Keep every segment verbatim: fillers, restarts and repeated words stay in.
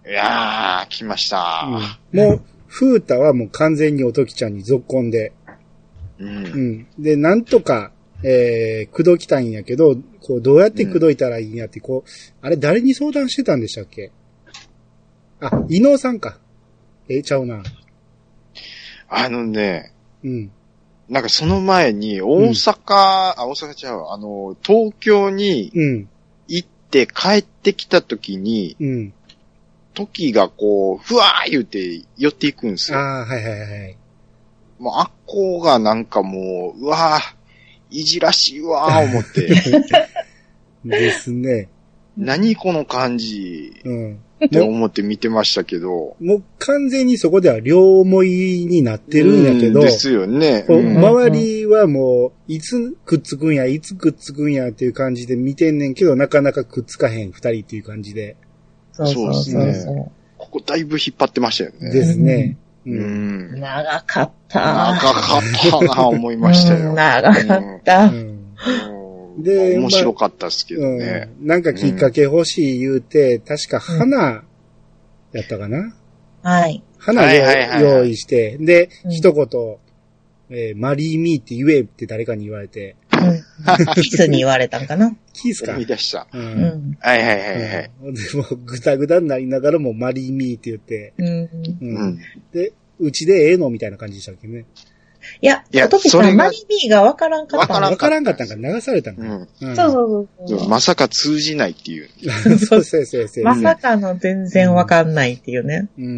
いやー、来ました、 うん。もう、風太はもう完全におときちゃんに続婚で。 うん。 うん。で、なんとか、えー、口説きたいんやけど、こう、どうやって口説いたらいいんやって、こう、あれ誰に相談してたんでしたっけ？あ、伊能さんか。え、ちゃうな。 あのね、 うん。 なんかその前に大阪、うん、あ、大阪ちゃう、あの、東京に行って帰ってきた時に、うん。時がこう、ふわー言うて寄っていくんですよ。 ああ、はいはいはい。 もうあっこがなんかもう、うわー、いじらしいわー思って。 ですね。 何この感じ。うん。って思って見てましたけど。 もう完全にそこでは両思いになってるんやけど。 ですよね。 うん、周りはもう、いつくっつくんや、いつくっつくんやっていう感じで見てんねんけど、なかなかくっつかへん二人っていう感じで。 そうそうそうそう。ここだいぶ引っ張ってましたよね。 ですね。 うん。長かった。 長かったな思いましたよ。 うん、長かった。うんで、面白かったですけどね、 まあうん。なんかきっかけ欲しい言うて、うん、確か花やったかな、うん、 はい。 花を用意して、で、うん、一言、えー、マリーミーって言えって誰かに言われて。 うん、キスに言われたんかなキスか。 思い出した。 うん。 はいはいはいはい。 うん、でも、ぐだぐだになりながらもマリーミーって言って、うん。うん、で、うちでええのみたいな感じでしたっけね。 いや、おときさん、マリミーがわからんかったわからんかったんか流されたんか、うんうん。そうそうそうそう。 まさか通じないっていう。 そうそうそうそう。 まさかの全然わかんないっていうね。 うん。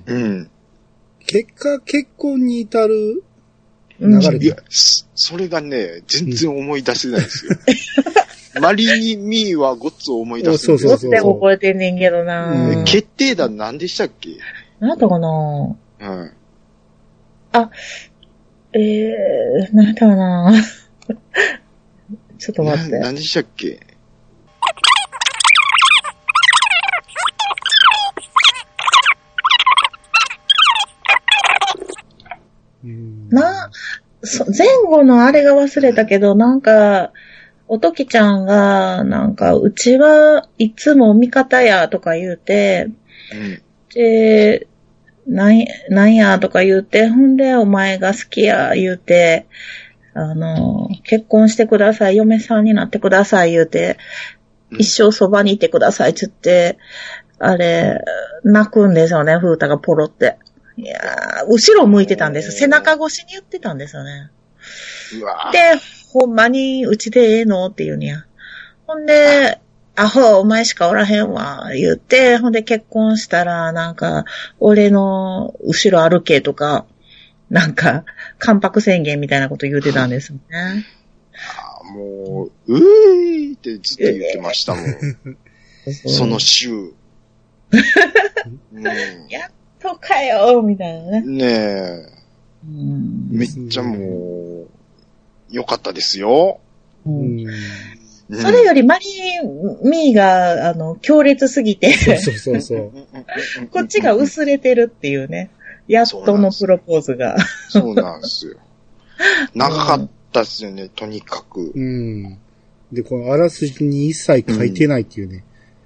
うん。結果、結婚に至る流れで、うん、 いや、それがね、全然思い出せないですよ。うん、マリーミーはごっつ思い出すんですよ。 そうそうそう。 ごっつ覚えてんねんけどな、 うん、決定弾何でしたっけ？ なんだかなうん。 あ、ええー、なんだろうなちょっと待って。 何でしたっけ？ な、そ、前後のあれが忘れたけど、なんか、おときちゃんが、なんか、うちはいつも味方やとか言うて、うん、で、なん、なんやとか言うて、ほんでお前が好きや言うて、あの、結婚してください、嫁さんになってください言うて、うん、一生そばにいてくださいって言って、あれ、泣くんですよね、風太がポロって。いやー、後ろ向いてたんです。背中越しに言ってたんですよね。 うわで、ほんまにうちでええのって言うにや。ほんで、アホ、お前しかおらへんわ、言って、ほんで結婚したら、なんか、俺の後ろ歩けとか、なんか、関白宣言みたいなこと言うてたんですよね。 あもう、うーいってずっと言ってましたもん。その週。うん、 やっとかよ、みたいなね。 ねえ。うん、めっちゃもう、良かったですよ。 うんうん、それよりマリー・ミーが、あの、強烈すぎてそうそうそう。 こっちが薄れてるっていうね。やっとのプロポーズが。 そうなんですよ。長かったですよね、うん、とにかく。 うん。で、このあらすじに一切書いてないっていうね。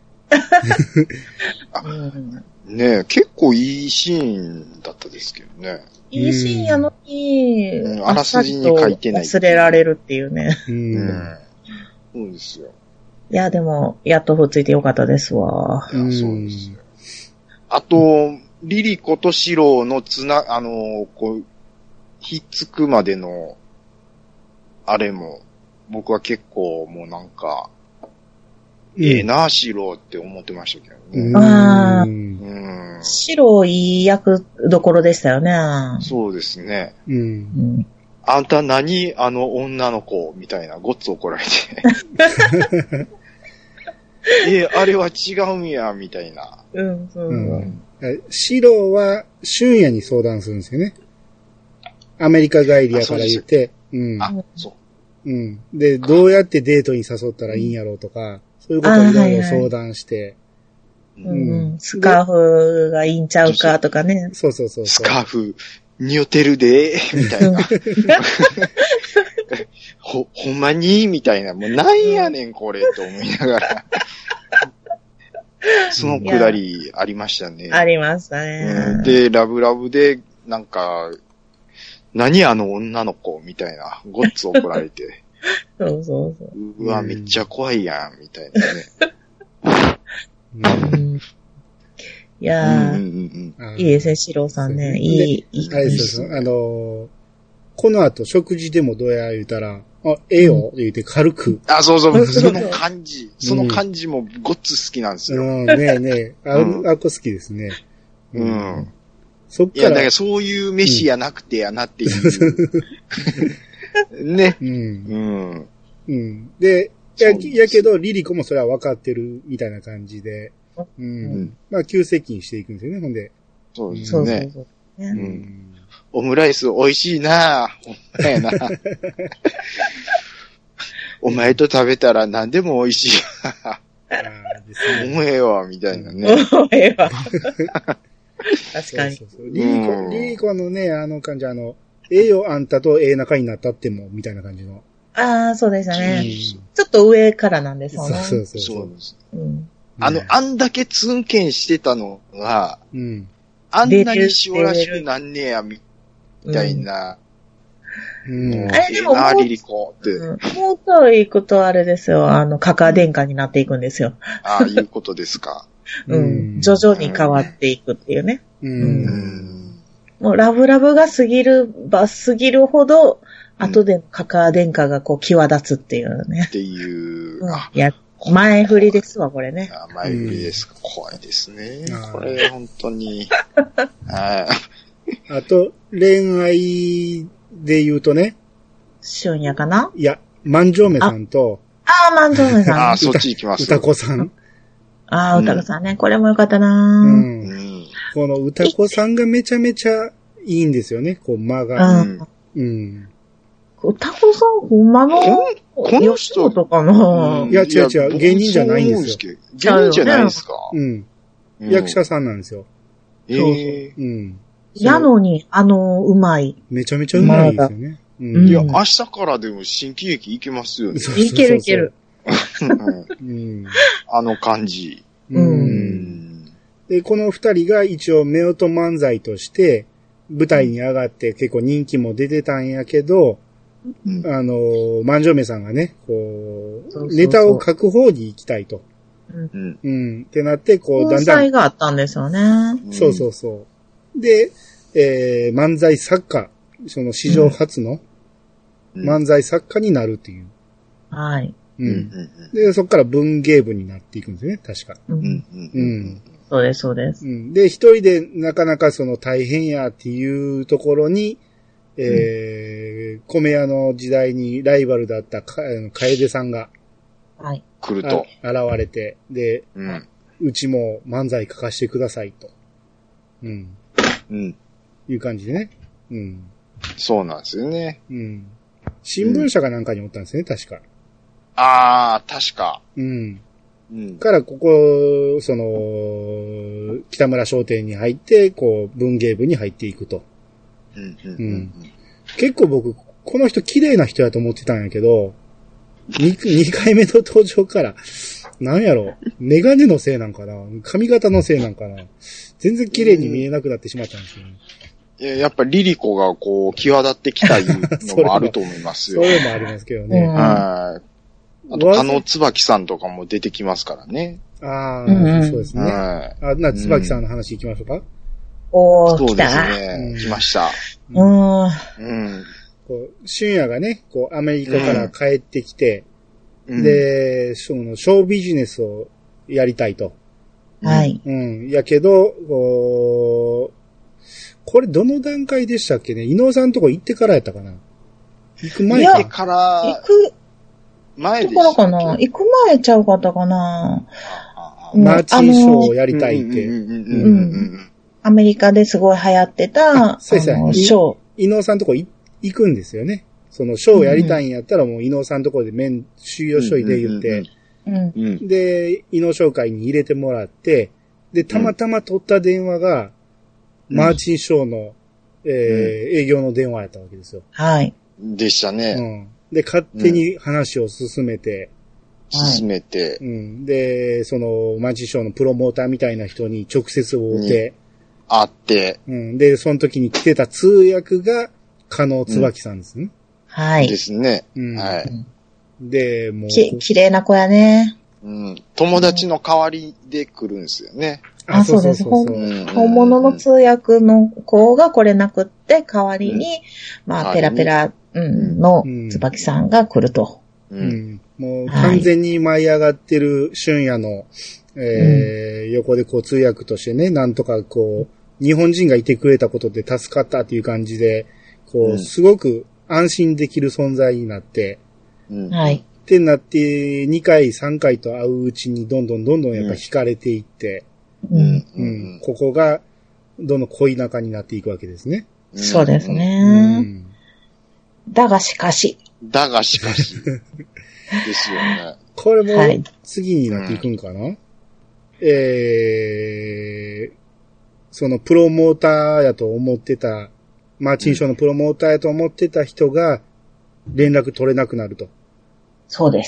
うん、ねえ、結構いいシーンだったですけどね。 いいシーンやのに、 うん、あらすじに書いてない。 忘れられるっていうね。 うん。 うんそうですよ。 いや、でも、やっとふっついてよかったですわ。 いや、そうですよ。あと、リリコとシロのつな、あの、こう、ひっつくまでの、あれも、僕は結構もうなんか、うん、ええな、シロって思ってましたけどね。 ああ。うん。シロいい役どころでしたよね。 そうですね。 うん。うんあんた何あの女の子みたいなごっつ怒られて。え、あれは違うんや、みたいな。 うん、そうそう。うん、 シロは、俊也に相談するんですよね。アメリカ帰りやから言って。うん。 あ、そう。 うん。で、どうやってデートに誘ったらいいんやろうとか、そういうことをいろいろ相談して。 うん、スカーフがいいんちゃうかとかね。 そうそうそうそう。 スカーフ、似合ってるで、みたいな。ほ、ほんまにみたいな。もうなんやねん、これ、と思いながら。 そのくだりありましたね。 ありましたね、 うん。で、ラブラブで、なんか、何あの女の子みたいな、ごっつ怒られて。 そうそうそう。 うわ、めっちゃ怖いやん、みたいなね。 うん、いやー、 うんうんうん、 いいですね、シローさんね。いい、いい感じ。 そうそう。あのー、この後食事でもどうや言うたら、あ、ええよ、言うて軽く。 あ、そうそう、その感じ、その感じもごっつ好きなんですよ。 うん、ねえねえ、あ、うん、あっこ好きですね。 うん。うん、 そっから。 いや、だからそういう飯やなくてやなっていう。うん、ね。 うん。 うん。 うん。で、や、やけど、リリコもそれは分かってるみたいな感じで。うん。うん、まあ、急接近していくんですよね、ほんで。 そうですね。そうそうそう、 うん。 オムライス美味しいなぁ。ほんまやな。お前と食べたら何でも美味しい。あですね。思えわ、みたいなね。 思えわ。確かに。 そうそうそうリリコ、リリコのね、あの感じ、あの、ええよ、あんたとええ仲になったっても、みたいな感じの。 ああ、そうでしたね、うん。ちょっと上からなんですよね。 そうそうそう。 そうです。うん、あの、あんだけツンケンしてたのが、 うん、 あんなに塩らしくなんねや、みたいな。 うんうん、あれでももう、 リリコって、うん、 もうちょい行くとあれですよ、あの、カカア殿下になっていくんですよ。 ああ、いうことですか。 うん。徐々に変わっていくっていうね。 うん。うん、 もうラブラブが過ぎるば過ぎるほど、後でカカア殿下がこう際立つっていうね。 っていう。 うん、いや、前振りですわ、これね。 あ、前振りですか。うん、怖いですね。これ、本当に。あ, あと、恋愛で言うとね。 春夜かないや、万丈目さんと。 ああ、万丈目さん。 ああ、そっち行きます。 歌子さん。 ああ、歌子さんね、うん。これもよかったな、 うんうん、この歌子さんがめちゃめちゃいいんですよね、こう間が。うん。うん、 歌子さん、ほんまのこの人とかな、 うん、いや、違う違う、芸人じゃないんですよ。 芸人じゃないですか。 うん。役者さんなんですよ。 ええー。うん。 やのに、あの、うまい。 めちゃめちゃうまいですよね。 うん、いや、明日からでも新喜劇いけますよね。 いけるいける。 うん、 あの感じ。 うん。で、この二人が一応夫婦漫才として舞台に上がって結構人気も出てたんやけど、うん、あの、万丈目さんがね、こう、そうそうそうネタを書く方に行きたいと。うん。うん。ってなって、こう、だんだん。 交際があったんですよね。 そうそうそう。で、えー、漫才作家、その史上初の漫才作家になるっていう。 うん、はい。 うん。で、そこから文芸部になっていくんですね、確か。うん。 うん。そうです、そうです。 うん。で、一人でなかなかその大変やっていうところに、えー、うん、米屋の時代にライバルだったか、楓さんが、 はい。 来ると。 現れて、で、うん、うちも漫才書かしてくださいと。うん。 うん。 いう感じでね。うん。 そうなんですよね。 うん。新聞社かなんかにおったんですね、確か。 ああ、確か。 うん。うん。から、ここ、その、北村商店に入って、こう、文芸部に入っていくと。 うん。うん。うん。 結構僕、この人綺麗な人やと思ってたんやけど、に、にかいめの登場から、なんやろ、メガネのせいなんかな、髪型のせいなんかな、全然綺麗に見えなくなってしまったんですよね。 いや、やっぱリリコがこう、際立ってきたいうのもあると思いますよ。 それもありますけどね。 はい。あと、加納椿さんとかも出てきますからね。 ああ、うんうん、そうですね。はい。あ、な、椿さんの話行きましょうか。 うん、おー、 そうですね。来ました。うん。うん。 こう、俊也がね、こう、アメリカから帰ってきて、うん、で、その、ショービジネスをやりたいと。 はい。 うん。やけど、こう、これどの段階でしたっけね、伊能さんのとこ行ってからやったかな、行く前か。行ってから、 行く前でしたっけ。行ってからかな、行く前ちゃうかったかな。 マーチンショーをやりたいって。 アメリカですごい流行ってた、 そうですね。 ショー。 伊能さんのとこ行くんですよね。そのショーをやりたいんやったらもう伊能さんのところで面収容しといて言って、うんうん、で、伊能紹介に入れてもらって、で、たまたま取った電話が、うん、マーチンショーの、えーうん、営業の電話やったわけですよ。 はい。 でしたね。 うん。で、勝手に話を進めて、 進めて、 うん。で、その、マジショーのプロモーターみたいな人に直接会って、 会って、 うん。で、その時に来てた通訳が、加納椿さんですね。うん、 はい。 ですね。 うん、 はい。 で、もう。 き、綺麗な子やね。 うん。友達の代わりで来るんですよね。 あ、そうです。本物の通訳の子が来れなくって、代わりに、うん、まあ、ペラペラ、うん、の椿さんが来ると。 うん。うん、もう完全に舞い上がってる俊也の、えーうん、横でこう通訳としてね、なんとかこう、日本人がいてくれたことで助かったっていう感じで、こう、うん、すごく安心できる存在になって、 うん、はい。 ってなって、にかい、さんかいと会ううちにどんどんどんどんやっぱ惹かれていって、うん。うん。ここが、どんどん恋仲になっていくわけですね。 そうですね。うん、だがしかし。 だがしかし。ですよね。 これも、次になっていくんかな、はい、えー、そのプロモーターやと思ってた、マーチン賞のプロモーターやと思ってた人が、連絡取れなくなると。 そうです。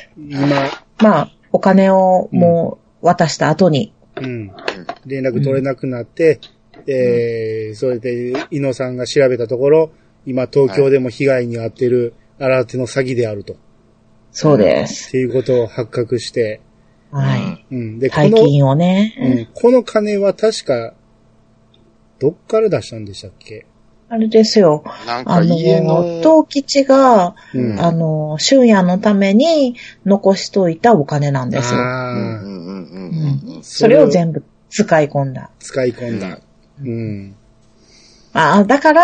今。 まあ、お金をもう渡した後に。 うん。連絡取れなくなって、うん、えー、それで、伊野さんが調べたところ、今東京でも被害に遭ってる新手の詐欺であると。 そうです。 っていうことを発覚して。 はい。 うん。で、 大金をね。 うん。この金は確か、どっから出したんでしたっけ？ あれですよ。 なんか家の、 あの、東吉が、うん、あの、俊也のために残しといたお金なんですよ。それを全部使い込んだ。 使い込んだ。うん。 あだから、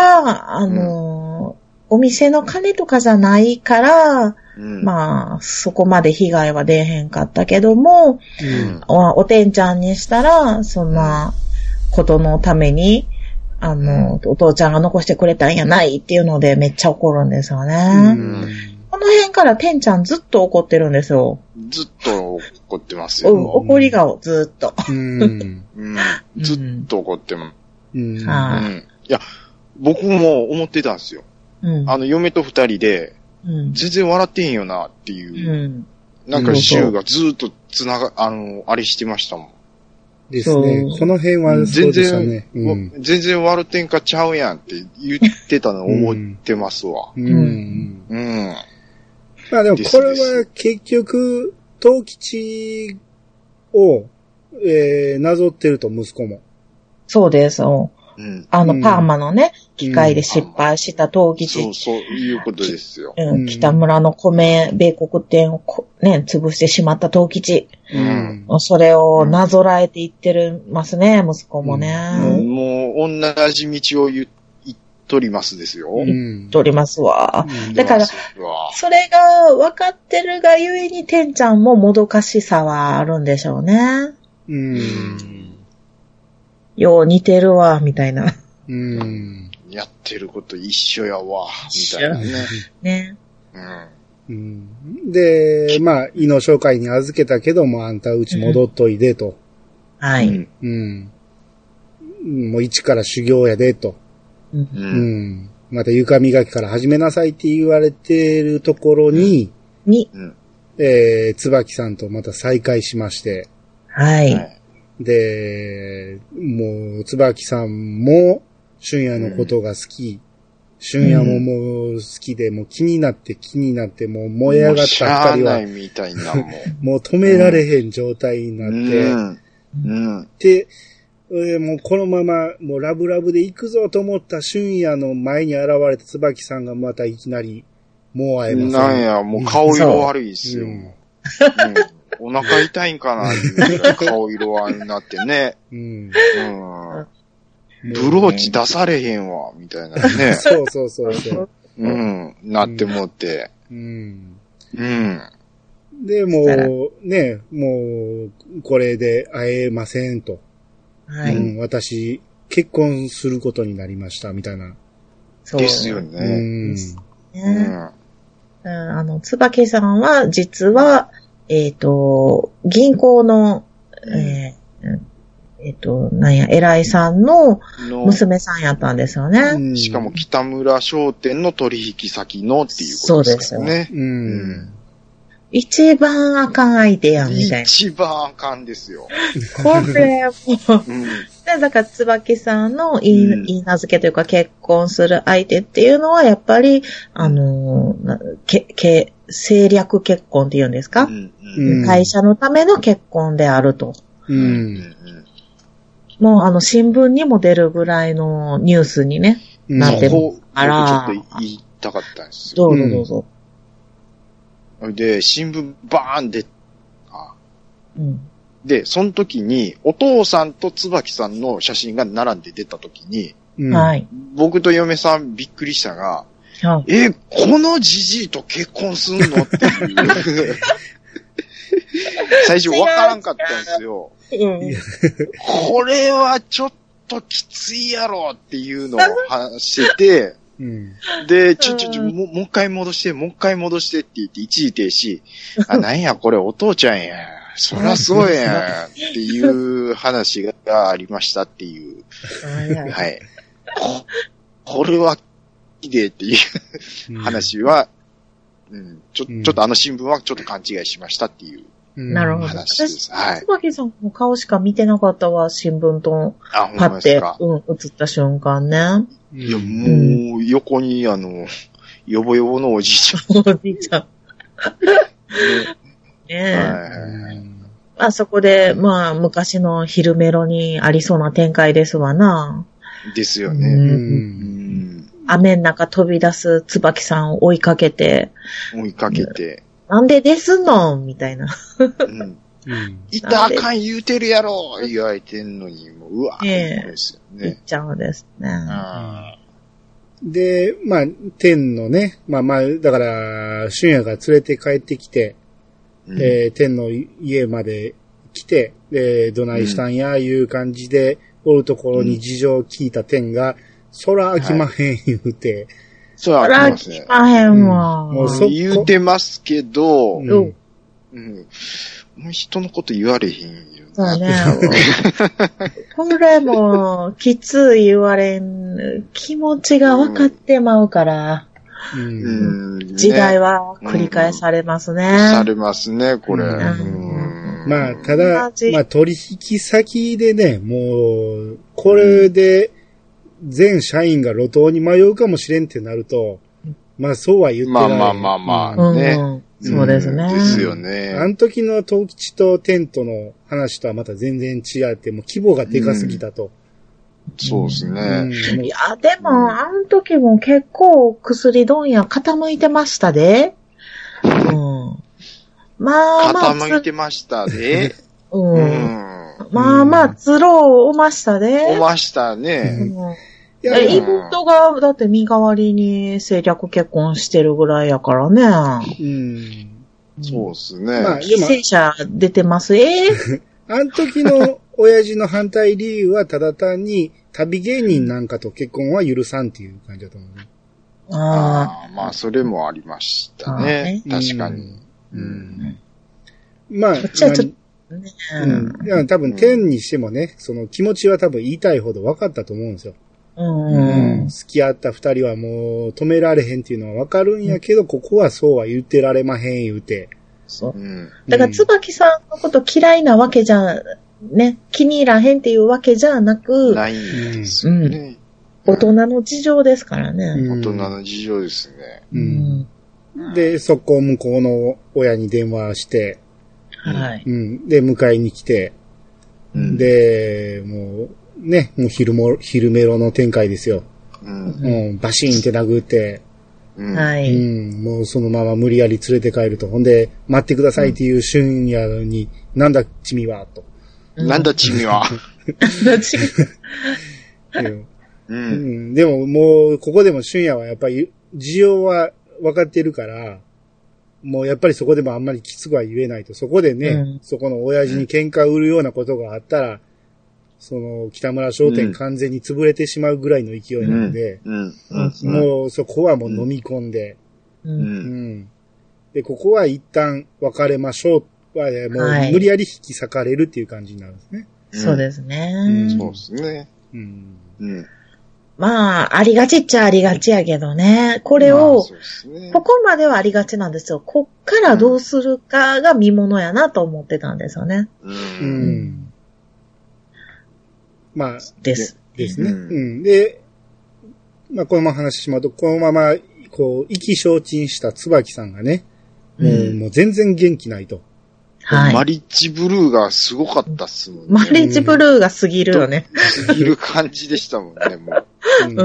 あの、うん、お店の金とかじゃないから、うん、まあ、そこまで被害は出へんかったけども、うん、お, おてんちゃんにしたら、そんなことのために、あの、お父ちゃんが残してくれたんやないっていうのでめっちゃ怒るんですよね。うん、この辺からてんちゃんずっと怒ってるんですよ。 ずっと怒ってますよ。 うん、怒り顔ずっと。 うんうん、ずっと怒ってます。 うんうん、 いや、僕も思ってたんですよ。うん、あの、嫁と二人で、うん、全然笑ってへんよなっていう。うん、なんか、シューがずっとつなが、あの、あれしてましたもん。 ですね。この辺はそうでしたね。 全然、うん、全然笑ってんかちゃうやんって言ってたの思ってますわ。 うん。うん。うん、まあでもこれは結局、東吉を、えー、なぞってると息子も。 そうです。うん、あの、パーマのね、機械で失敗した東吉、 うん。そう、そういうことですよ。 うん、北村の米、米国店をね、潰してしまった東吉。うん。それをなぞらえていってるますね、息子もね。 うん、もう、同じ道を言っとりますですよ。 言っとりますわ。うん、だから、それが分かってるがゆえに、てんちゃんももどかしさはあるんでしょうね。 うん。 よう似てるわ、みたいな。 うん。 やってること一緒やわ、みたいなね。 ね。 うん。うん。で、まあ、胃の紹介に預けたけども、あんたうち戻っといでと。 うん、はい。 うん。もう一から修行やでと。 うん。 うん。また床磨きから始めなさいって言われてるところに、 に、 えー、椿さんとまた再会しまして。 はい。はいで、もう、椿さんも、俊也のことが好き。俊也ももう好きで、もう気になって気になって、もう燃え上がった二人は、 もうみたいなもう。 もう止められへん状態になって、 うんうん、 で、もうこのまま、もうラブラブで行くぞと思った俊也の前に現れた椿さんがまたいきなり、もう会えません。 なんや、もう顔色悪いっすよ。うんうんお腹痛いんかなって顔色になってね。 うん。うん。 ブローチ出されへんわ、みたいなね。 そうそうそうそう。 うん。なってもって。 うん。 うん。 で、もう、ね、もう、これで会えませんと。 はい。 うん。私、結婚することになりました、みたいな。 そうですよね。 うん。 うん。あの、椿さんは、実は、えっと、銀行の、えー、えっと、なんや、偉いさんの娘さんやったんですよね。 しかも北村商店の取引先のっていうことですね。そうですよね。 うん。 一番あかん相手やん、みたいな。 一番あかんですよ。 これもう、 うん、 で、だから、椿さんの言い、 うん言い名付けというか結婚する相手っていうのは、やっぱり、あのー、なけ、け、政略結婚って言うんですか、 うんうん、 会社のための結婚であると。 うん。うん、 もう、あの、新聞にも出るぐらいのニュースにね、 うん、 なってるから。僕ちょっと言いたかったんですよ。どうぞどうぞ。 うん、で、新聞バーンで、あ、 うん、で、 その時に、お父さんと椿さんの写真が並んで出た時に、 うん、はい。 僕と嫁さんびっくりしたが、はい、え、このじじいと結婚すんのっていう。最初わからんかったんですよ。うん、これはちょっときついやろっていうのを話してて、うん、で、ちょ、ちょ、ちょ、もう、もう一回戻して、もう一回戻してって言って一時停止。あ、なんや、これお父ちゃんや。そりゃそうやん。っていう話がありましたっていう。はい。こ、これは、きれいっていう話は、うん、ちょ、ちょっとあの新聞はちょっと勘違いしましたっていう。なるほど。話です。はい。 椿さんの顔しか見てなかったわ、新聞と。あ、ほんまですか。うん、映った瞬間ね。 いや、もう、横に、あの、よぼよぼのおじいちゃん。 おじいちゃん。ねえ。はい。まあそこで、まあ昔の昼メロにありそうな展開ですわな。 ですよね。うん。 雨の中飛び出す椿さんを追いかけて。 追いかけて。 なんでですのみたいな。うん。 いたらあかん言うてるやろ言われてんのに、もう、うわぁ、 ねえ。ですよね。言っちゃうんですね。 で、まあ、天のね、まあまあ、だから、俊也が連れて帰ってきて、うん、えー、天の家まで来て、で、どないしたんや、いう感じで、おるところに事情を聞いた天が、空飽きまへん言うて。 空飽きまへんわ。 もうそ言うてますけど、うん。うん、もう人のこと言われへんよ。 そうね。これも、きつい言われん、気持ちが分かってまうから。うん、時代は繰り返されますね。うん、 されますね、これ。うんうん、まあ、ただ、まあ、取引先でね、もう、これで、全社員が路頭に迷うかもしれんってなると、まあ、そうは言ってない。 まあまあまあまあ、ね。 うんそうですね。 ですよね。 あの時の東吉とテントの話とはまた全然違って、もう規模がでかすぎたと。 そうですね。 うん、いや、でも、あの時も結構薬問屋傾いてましたで。うん。まあまあ。 傾いてましたで。 うん。うん、まあまあ、つろをおましたで。 おましたね。 うんえ、妹が、だって身代わりに政略結婚してるぐらいやからね。 うん。 そうっすね。 まあ、犠牲者出てますえあの時の親父の反対理由はただ単に旅芸人なんかと結婚は許さんっていう感じだと思うね。 ああ、まあ、それもありましたね。ね確かに。うん。うん、 まあ、 ちょっと、ね、 うん。いや、多分、天にしてもね、その気持ちは多分言いたいほど分かったと思うんですよ。 うんうん、付き合った二人はもう止められへんっていうのはわかるんやけど、うん、ここはそうは言ってられまへん言うて。 そう。うん、だから、椿さんのこと嫌いなわけじゃ、ね、気に入らへんっていうわけじゃなく、 ないんですよね、 うん。大人の事情ですからね。 うん、大人の事情ですね。 うん。で、そこ向こうの親に電話して、 はい。 うん。で、迎えに来て、うん、で、もう、ね、もう昼も、昼メロの展開ですよ。うん。うん、バシーンって殴って、 うん、はい。 うん、もうそのまま無理やり連れて帰ると。ほんで、待ってくださいっていう瞬夜に、うん、なんだ、チミは、と。 なんだ、チミは。 なんだ、チミは。うん。でも、もう、ここでも瞬夜はやっぱり、事情は分かってるから、もうやっぱりそこでもあんまりきつくは言えないと。そこでね、うん、そこの親父に喧嘩を売るようなことがあったら、その、北村商店完全に潰れてしまうぐらいの勢いなので、 うんうん、もうそこはもう飲み込んで、 うんうん、 で、ここは一旦別れましょうは、もう無理やり引き裂かれるっていう感じになるんですね。 はい、そうですね、 うん。そうですね。 うんうんまあ、ありがちっちゃありがちやけどね。これを、 ね、 ここまではありがちなんですよ。こっからどうするかが見ものやなと思ってたんですよね。 うん。 うん、まあ、 です。 ですね。うん。うん、で、まあ、このまま話してしまうと、このまま、こう、意気消沈した椿さんがね、もう、うん、もう全然元気ないと。 はい。 マリッジブルーがすごかったっすもんね。 マリッジブルーが過ぎるよね。 過ぎる感じでしたもんね、もう。 うん。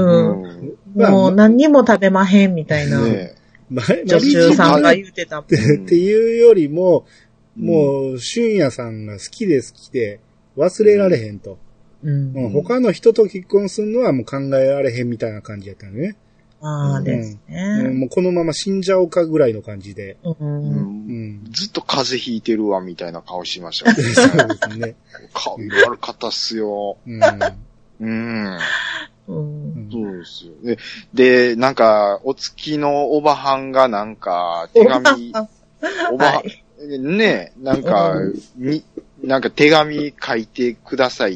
うん、もう何にも食べまへんみたいな。ねえ。女囚さんが言うてたもん。 っていうよりも、もう、俊也さんが好きで好きで忘れられへんと。うん。うん、他の人と結婚するのはもう考えられへんみたいな感じやったのね。 ああですね、 うん。もうこのまま死んじゃおうかぐらいの感じで。 うんうんうん、ずっと風邪ひいてるわみたいな顔しましたね。そうですね。顔色悪かったっすよ。うん。うん。うん、そうですよ。で、で、なんか、お月のおばはんがなんか、手紙、おばはん、はい、ね、なんか、に、なんか手紙書いてくださいって、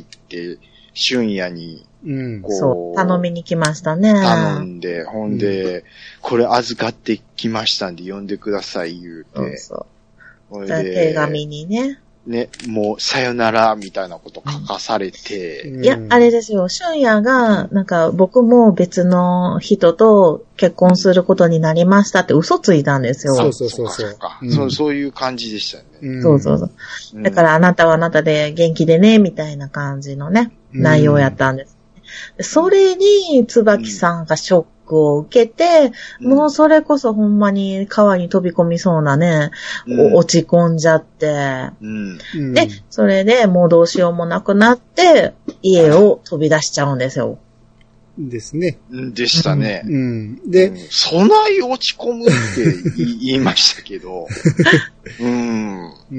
俊也に、 うん、そう、頼みに来ましたね。 頼んで、ほんで、うん、これ預かってきましたんで読んでください言うて。 そうそう。手紙にね。 ね、もう、さよなら、みたいなこと書かされて。 うん、いや、あれですよ。俊也が、なんか、僕も別の人と結婚することになりましたって嘘ついたんですよ。 そうそうそうそう。 うん、そう、そういう感じでしたよね。 うん、そうそうそう。だから、あなたはあなたで元気でね、みたいな感じのね、内容やったんです。うん、それに、椿さんがショックを受けて、うん、もうそれこそほんまに川に飛び込みそうなね、うん、落ち込んじゃって、うん、で、それでもうどうしようもなくなって、家を飛び出しちゃうんですよ。 ですね。 でしたね。 うん。で、 うん、そない落ち込むって言いましたけど、うん。 うん。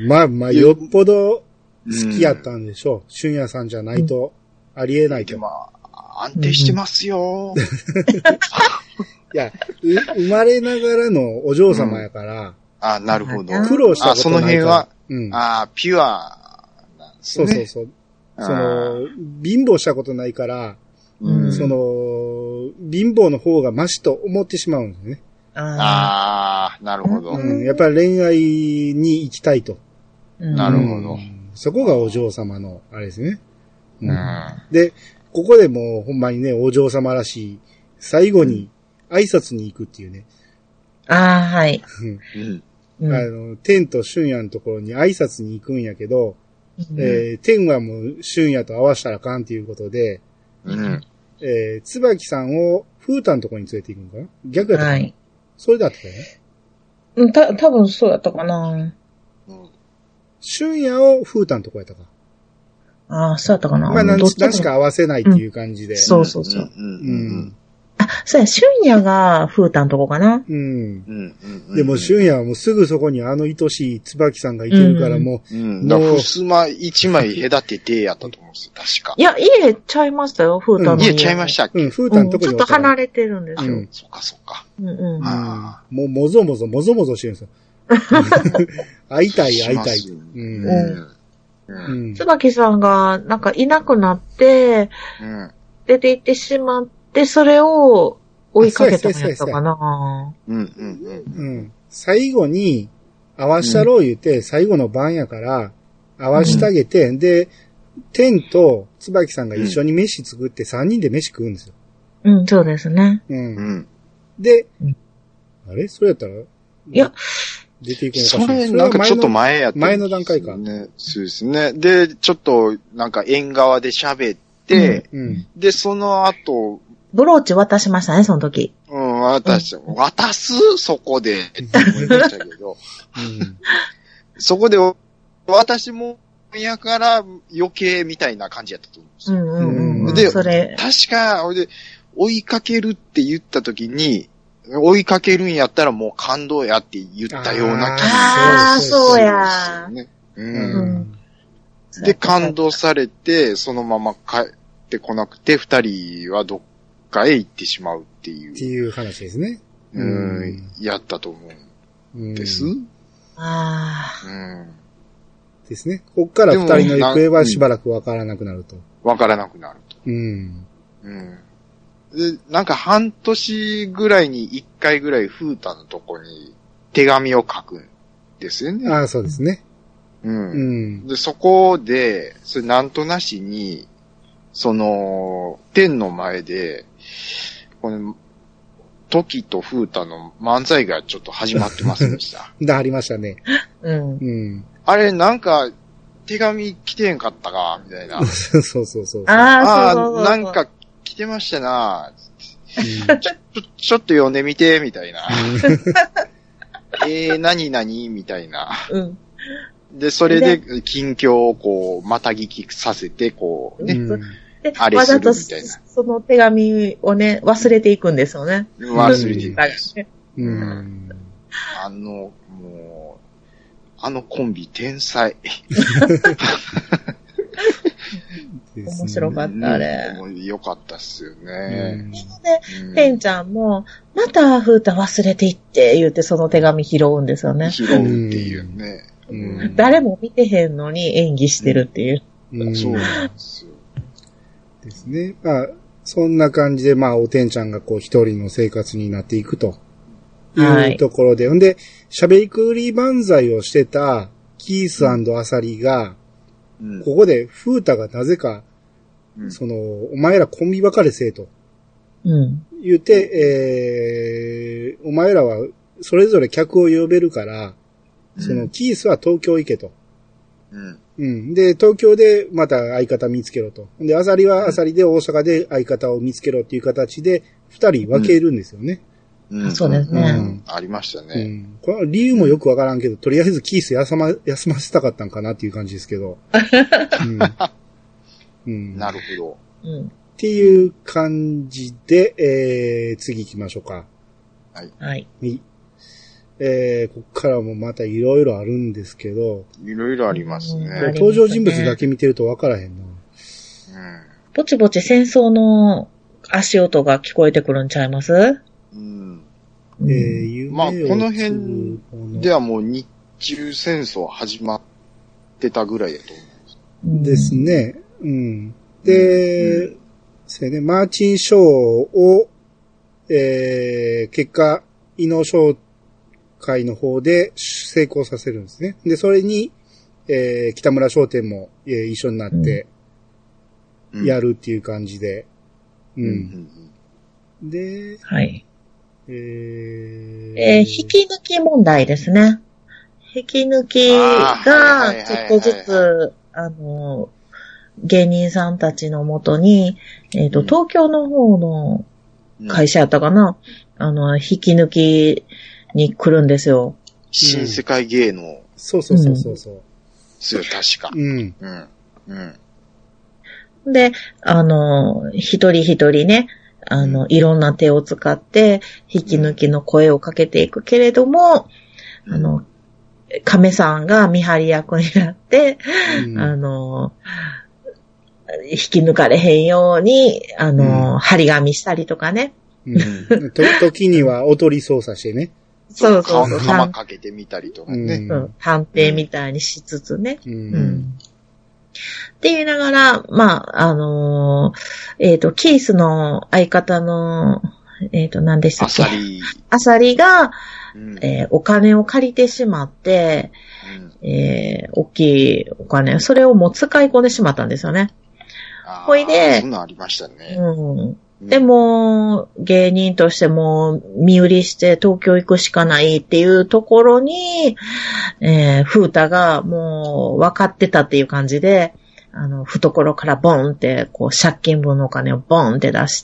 まあまあ、よっぽど好きやったんでしょう。俊也さんじゃないと。ありえないけど。 まあ、安定してますよ。うん、いや、生まれながらのお嬢様やから。うん、 あ、なるほど。 苦労したことないから。あ、 その辺は、うん、あ、ピュアなんですね。 そうそうそう。その、貧乏したことないから、うん、その、貧乏の方がマシと思ってしまうんですね。 ああ、なるほど、 うん。やっぱり恋愛に行きたいと。 うん、なるほど。 そこがお嬢様の、あれですね。うん、で、ここでもうほんまにね、お嬢様らしい、最後に挨拶に行くっていうね。 ああ、はい。 うん、あの、天と俊也のところに挨拶に行くんやけど、うん、えー、天はもう俊也と合わしたらあかんっていうことで、うん、えー、椿さんを風太のところに連れて行くんかな？逆やったかな？はい。それだったかね。 うん、た、多分そうやったかな。 うん。俊也を風太のところやったか。 ああ、そうやったかな。 まあ、何しか合わせないっていう感じで。うん、 そうそうそう。うん。うんあ、そうや、俊也が風太のとこかな。 うん。でも俊也はもうすぐそこにあの愛しい椿さんがいてるからもう。うん。 うん、だから、ふすま一枚隔ててやったと思うんですよ、確か。 いや、家ちゃいましたよ、風太の家。 家ちゃいましたっけ？ うん、風太のとこに、 うん。ちょっと離れてるんですよ。 うん。そっかそっか。 うんうん。 あもう、もぞもぞ、もぞもぞしてるんですよ。会いたい、会いたい。うん。 うん。椿さんが、なんかいなくなって、うん、出て行ってしまって、それを追いかけたんやったかな。 うんうんうん。 うん。最後に、合わしたろう言うて、うん、最後の晩やから、合わしてあげて、うん、で、天と椿さんが一緒に飯作ってさんにんで飯食うんですよ。 うん、そうですね。 うん。うん、で、うん、あれそれやったらいや、 出ていくのかしら。それ、なんかちょっと前やった、 ね。前の段階か。 ね。そうですね。で、ちょっと、なんか縁側で喋って、うんうん、で、その後、 ブローチ渡しましたね、その時。 うん、渡し、うん、渡すそこで、って思いましたけど。うん、そこで、私も、やから余計みたいな感じやったと思うんですよ。うんうんうん、 で、それ確か、で、追いかけるって言った時に、追いかけるんやったらもう感動やって言ったような気がする。 ああ、そうや、 ねうんうん。で、感動されて、そのまま帰ってこなくて、二人はどっかへ行ってしまうっていう。 っていう話ですね。 うん、うん、やったと思うんです。うん、 ああ。 うん。 ですね。こっから二人の行方はしばらくわからなくなると。 わからなくなると。 うん。 うん。 で、なんか半年ぐらいに一回ぐらい風太のとこに手紙を書くんですよね。 ああ、そうですね。 うん。 うん。 で、そこで、それなんとなしに、その、天の前で、この、時と風太の漫才がちょっと始まってませんでした。 だ、ありましたね。 うん。 うん。 あれ、なんか、手紙来てんかったかみたいな。 そうそうそうそう。 ああ、 あそうそうそう。 あ、なんか来てましたな。 うん、 ちょ、ちょ、ちょっと読んでみて、みたいな。えー、何何みたいな。 うん。 で、それで、近況をこう、また聞きさせて、こう、ね。 うん、 で、 あれするみたいな。 その手紙をね、忘れていくんですよね。 忘れていくんです。 うん。 あの、もう、あのコンビ天才。 面白かった、あれ。 よかったっすよね。 で、てんちゃんも、また風太忘れていって言ってその手紙拾うんですよね。 拾うっていうね。 うん、誰も見てへんのに演技してるっていう。 うん、そうなんですよ。 ですね。まあ、そんな感じで、まあ、おてんちゃんがこう一人の生活になっていくというところで。はい、んで、喋りくり万歳をしてたキース&アサリが、うん、ここで風太がなぜか、うん、その、お前らコンビ別れせえと。 うん。 言って、えー、お前らはそれぞれ客を呼べるから、うん、そのキースは東京行けと。うん。うん。で、東京でまた相方見つけろと。で、アサリはアサリで大阪で相方を見つけろっていう形で、二人分けるんですよね。 うん。そうですね、うん。 ありましたね。うん。この理由もよくわからんけど、とりあえずキース休ま、休ませたかったんかなっていう感じですけど。うんうん、なるほど。うん。 っていう感じで、えー、次行きましょうか。 はい。 はい。 はい。えー、ここからもまたいろいろあるんですけど。 いろいろありますね。 登場人物だけ見てるとわからへんな。うん。 ぼちぼち戦争の足音が聞こえてくるんちゃいます？ うん。 えー、夢まあ、この辺ではもう日中戦争始まってたぐらいだと思うんです。ですね。うん。で、うん、そうね、マーチン賞を、えー、結果、伊能商会の方で成功させるんですね。で、それに、えー、北村商店も、えー、一緒になって、やるっていう感じで。うん。うんうん、で、 はい。 えー、 えー、引き抜き問題ですね。引き抜きが、ちょっとずつ、あの、芸人さんたちのもとに、えっと、うん、東京の方の会社やったかな、うん、あの、引き抜きに来るんですよ。 新世界芸能。うん、 そうそうそうそうそう。 そう、確か。 うん。 うん。 うん。で、あの、一人一人ね、あの、うん、いろんな手を使って、引き抜きの声をかけていくけれども、うん、あの、亀さんが見張り役になって、うん、あの、引き抜かれへんように、あの、うん、張り紙したりとかね。 うん。と、時にはおとり操作してね。 そうそうそう。 釜かけてみたりとかね。 うん。探偵みたいにしつつね。うん。うん、って言いながら、まあ、あのー、えっと、キースの相方の、えっと、何でしたっけ？ アサリ。 アサリが、うん、えー、お金を借りてしまって、うん、えー、大きいお金、それをもう使い込んでしまったんですよね。ほいで、 そんなんありましたね。 うん。でも、芸人としても、身売りして東京行くしかないっていうところに、えー、風太がもう分かってたっていう感じで、あの、懐からボンって、こう、借金分のお金をボンって出して、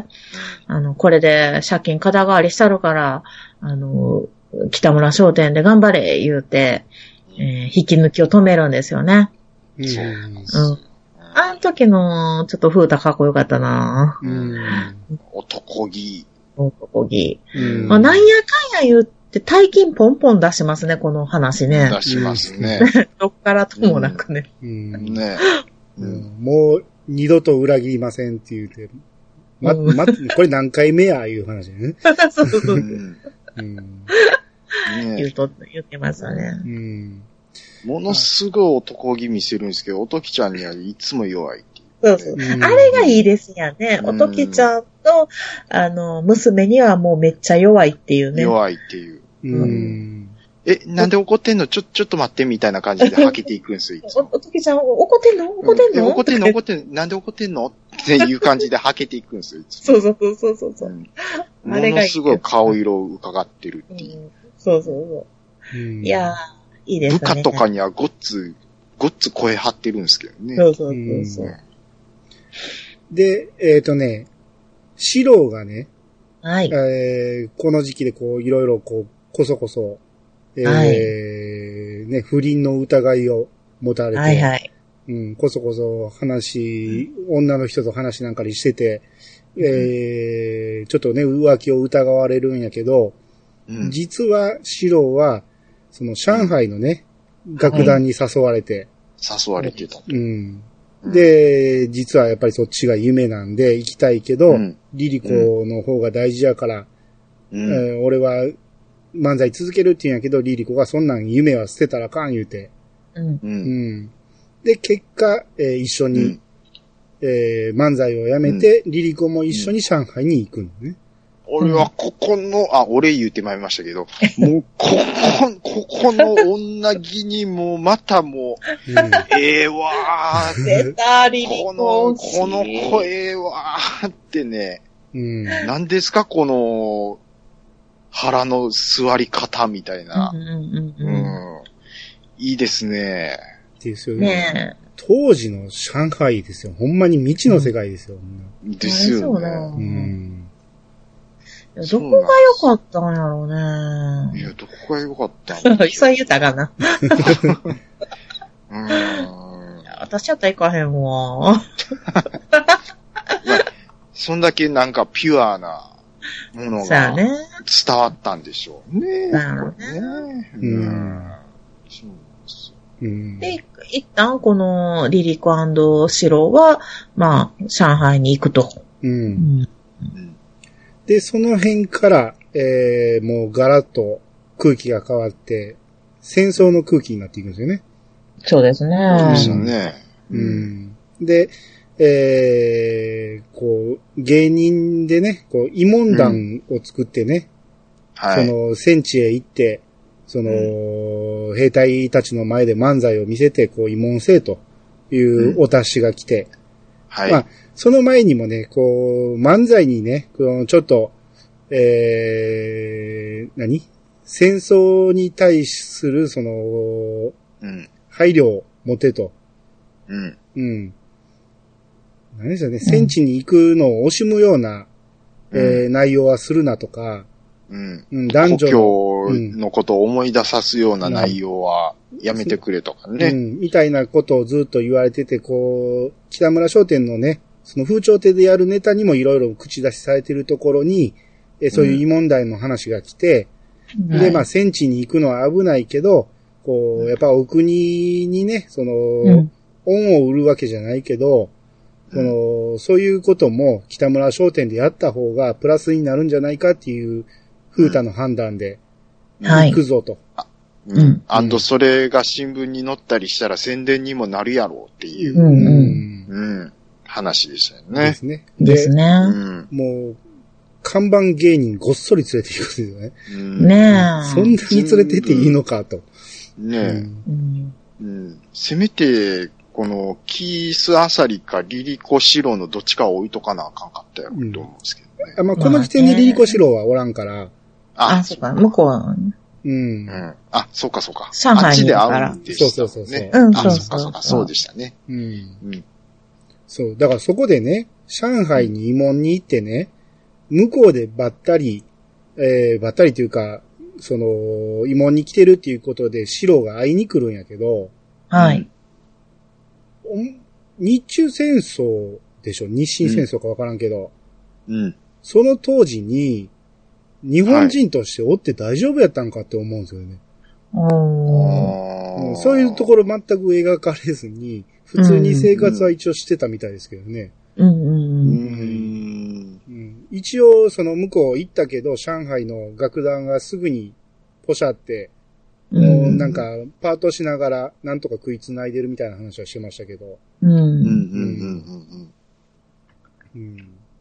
あの、これで借金肩代わりしたるから、あの、北村商店で頑張れ、言うて、えー、引き抜きを止めるんですよね。 うん。 うん。あの時の、ちょっと風太かっこよかったなぁ。うん。男気。 男気。うん。まあ、なんやかんや言って、大金ポンポン出しますね、この話ね。 出しますね。 どっからともなくね。 うん。 うん、ね、 うん。もう、二度と裏切りませんって言うて。ま、ま、これ何回目や、いう話ね。 そうそうそう。うん。 うん、 ね、言うと、言ってますよね。 うん。 ものすごい男気見せるんですけど、おときちゃんにはいつも弱いっていう。 そうそう。あれがいいですよね。おときちゃんの、あの、娘にはもうめっちゃ弱いっていうね。 弱いっていう。 うん。 え、なんで怒ってんのちょ、ちょっと待ってみたいな感じで吐けていくんですよ、いつも。 お、おときちゃん、怒ってんの怒ってんの、 うん、怒ってんの怒ってんのなんで怒ってんのっていう感じで吐けていくんですよ、いつも。そうそうそうそうそう。うん、 ものすごい顔色を伺ってるっていう。うん、 そうそうそう。うん、いやー、いいですね。 部下とかにはごっつ、ごっつ声張ってるんですけどね。 そうそうそうそう。うんで、えっ、ー、とね、四郎がね、 はい。 えー、この時期でこう、いろいろこう、こそこそ、えー、はい、ね、不倫の疑いを持たれて、 はいはい。 うん、こそこそ話、うん、女の人と話なんかにしてて、えー、ちょっとね、浮気を疑われるんやけど、うん、実は、四郎は、その、上海のね、うん、楽団に誘われて、 はい、誘われてた。 うん。で、実はやっぱりそっちが夢なんで行きたいけど、うん、リリコの方が大事やから、うんえー、俺は漫才続けるって言うんやけど、リリコがそんなん夢は捨てたらあかん言うて。 うんうん、で、結果、えー、一緒に、うんえー、漫才をやめて、うん、リリコも一緒に上海に行くのね。 俺はここの、あ、俺言うてまいりましたけど、もう、ここ、ここの女気にもう、またもう、うん、ええー、わー。 出た、リリコ。 この、この声はーってね、うん、何ですか、この、腹の座り方みたいな。 うんうんうんうんうん、 いいですね。 ですよね。ね当時の上海ですよ。ほんまに未知の世界ですよ。 うん、ですよね。 うんどこが良かったんやろうね。 いや、どこが良かったんやそう言うたかな。 うーん私やったら行かへんわ。 そんだけなんかピュアなものが伝わったんでしょうね。 なるほどね。うん。うん、で、一旦このリリコ&シロは、まあ、上海に行くと。 うん。うんで、その辺から、えー、もうガラッと空気が変わって、戦争の空気になっていくんですよね。 そうですね。 そうですよね。 うん。で、えー、こう、芸人でね、こう、慰問団を作ってね、うんはい、その、戦地へ行って、その、うん、兵隊たちの前で漫才を見せて、こう、慰問せえというお達しが来て、うん、はい。まあ、その前にもね、こう、漫才にね、このちょっと、えー、何戦争に対する、その、うん、配慮を持てと。 うん。 うん。何ですよね、戦地に行くのを惜しむような、うん、えー、内容はするなとか、 うん。うん、男女の。故郷のことを思い出さすような内容はやめてくれとかね。 うん。みたいなことをずっと言われてて、こう、北村商店のね、その風潮亭でやるネタにもいろいろ口出しされてるところに、えそういう慰問題の話が来て、うん、で、まあ戦地に行くのは危ないけど、こう、やっぱお国にね、その、うん、恩を売るわけじゃないけど、その、そういうことも北村商店でやった方がプラスになるんじゃないかっていう風太の判断で、行くぞと。 はい、うん。あとそれが新聞に載ったりしたら宣伝にもなるやろうっていう。 うん。うんうん話でしたよね。 ですね。 で、ですね。 うん、 もう、看板芸人ごっそり連れていくんですよね。 うん、ねえ。 そんなに連れてっていいのかと。 ねえ、うんうん。せめて、この、キースあさりかリリコシロのどっちかを置いとかなあかんかったよ、うん、と思うんですけどね。 あまあ、この時点でリリコシロはおらんから。 あ、あそうか、向こうは。 うん。 うん。あ、そうかそうか。 上海にあっちで会うんでした、ね。 そうそうそうそう。 うん、 あ、そうかそうか、そうでしたね。 うん。うん。そう。だからそこでね、上海に慰問に行ってね、向こうでばったり、えー、ばったりというか、その、慰問に来てるっていうことで、シロが会いに来るんやけど、 はい。 うん、日中戦争でしょ日清戦争かわからんけど、 うん。 その当時に、日本人としておって大丈夫やったんかって思うんですよね。 はい、 そういうところ全く描かれずに、普通に生活は一応してたみたいですけどね。 うんうんうんうん、一応、その向こう行ったけど、上海の楽団がすぐにポシャって、うん、もうなんか、パートしながら、なんとか食いつないでるみたいな話はしてましたけど。 うん。うん。 うん。うん。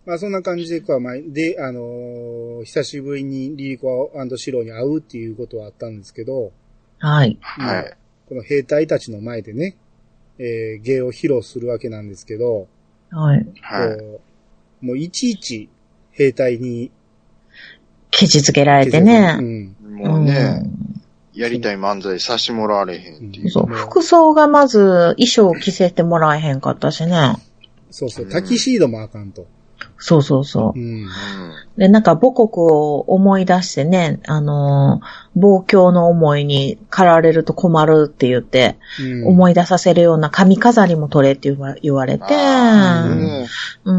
まあそんな感じで、こう、まあ、で、あのー、久しぶりにリリコ&シロに会うっていうことはあったんですけど、 はい。 はい。 この兵隊たちの前でね、えー、芸を披露するわけなんですけど、 はい。 はい。 もういちいち兵隊に、 ケチつけられてね。 うん、もうね、うん、やりたい漫才さしてもらわれへんっていう。 そう、服装がまず衣装を着せてもらえへんかったしね。 そうそう、タキシードもあかんと。 そうそうそう。うん、で、なんか母国を思い出してね、あのー、望郷の思いに駆られると困るって言って、うん、思い出させるような髪飾りも取れって言わ、言われて、うん、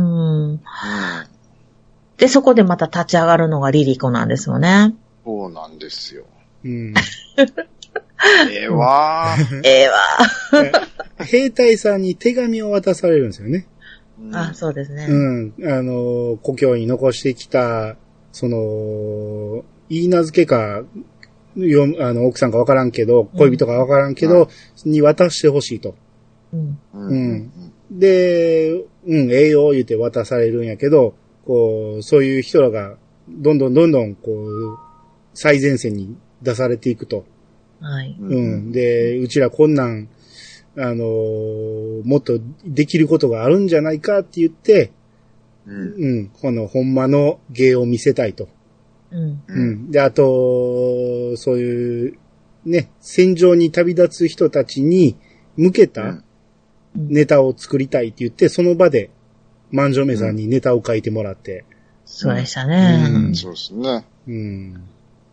うん。で、そこでまた立ち上がるのがリリコなんですよね。 そうなんですよ。うん、ええわー。 ええわー。兵隊さんに手紙を渡されるんですよね。 あ、そうですね。 うん。あの、故郷に残してきた、その、言い名付けか、よあの、奥さんかわからんけど、恋人かわからんけど、うん、に渡してほしいと。うん。うん。で、うん、栄養を言って渡されるんやけど、こう、そういう人らが、どんどんどんどん、こう、最前線に出されていくと。はい。うん。で、うちらこんなん、あのー、もっとできることがあるんじゃないかって言って、うん、うん、このほんまの芸を見せたいと。うん。うん。で、あと、そういう、ね、戦場に旅立つ人たちに向けたネタを作りたいって言って、その場で万丈目さんにネタを書いてもらって。うん、 そうでしたね。 うん、そうですね。うん。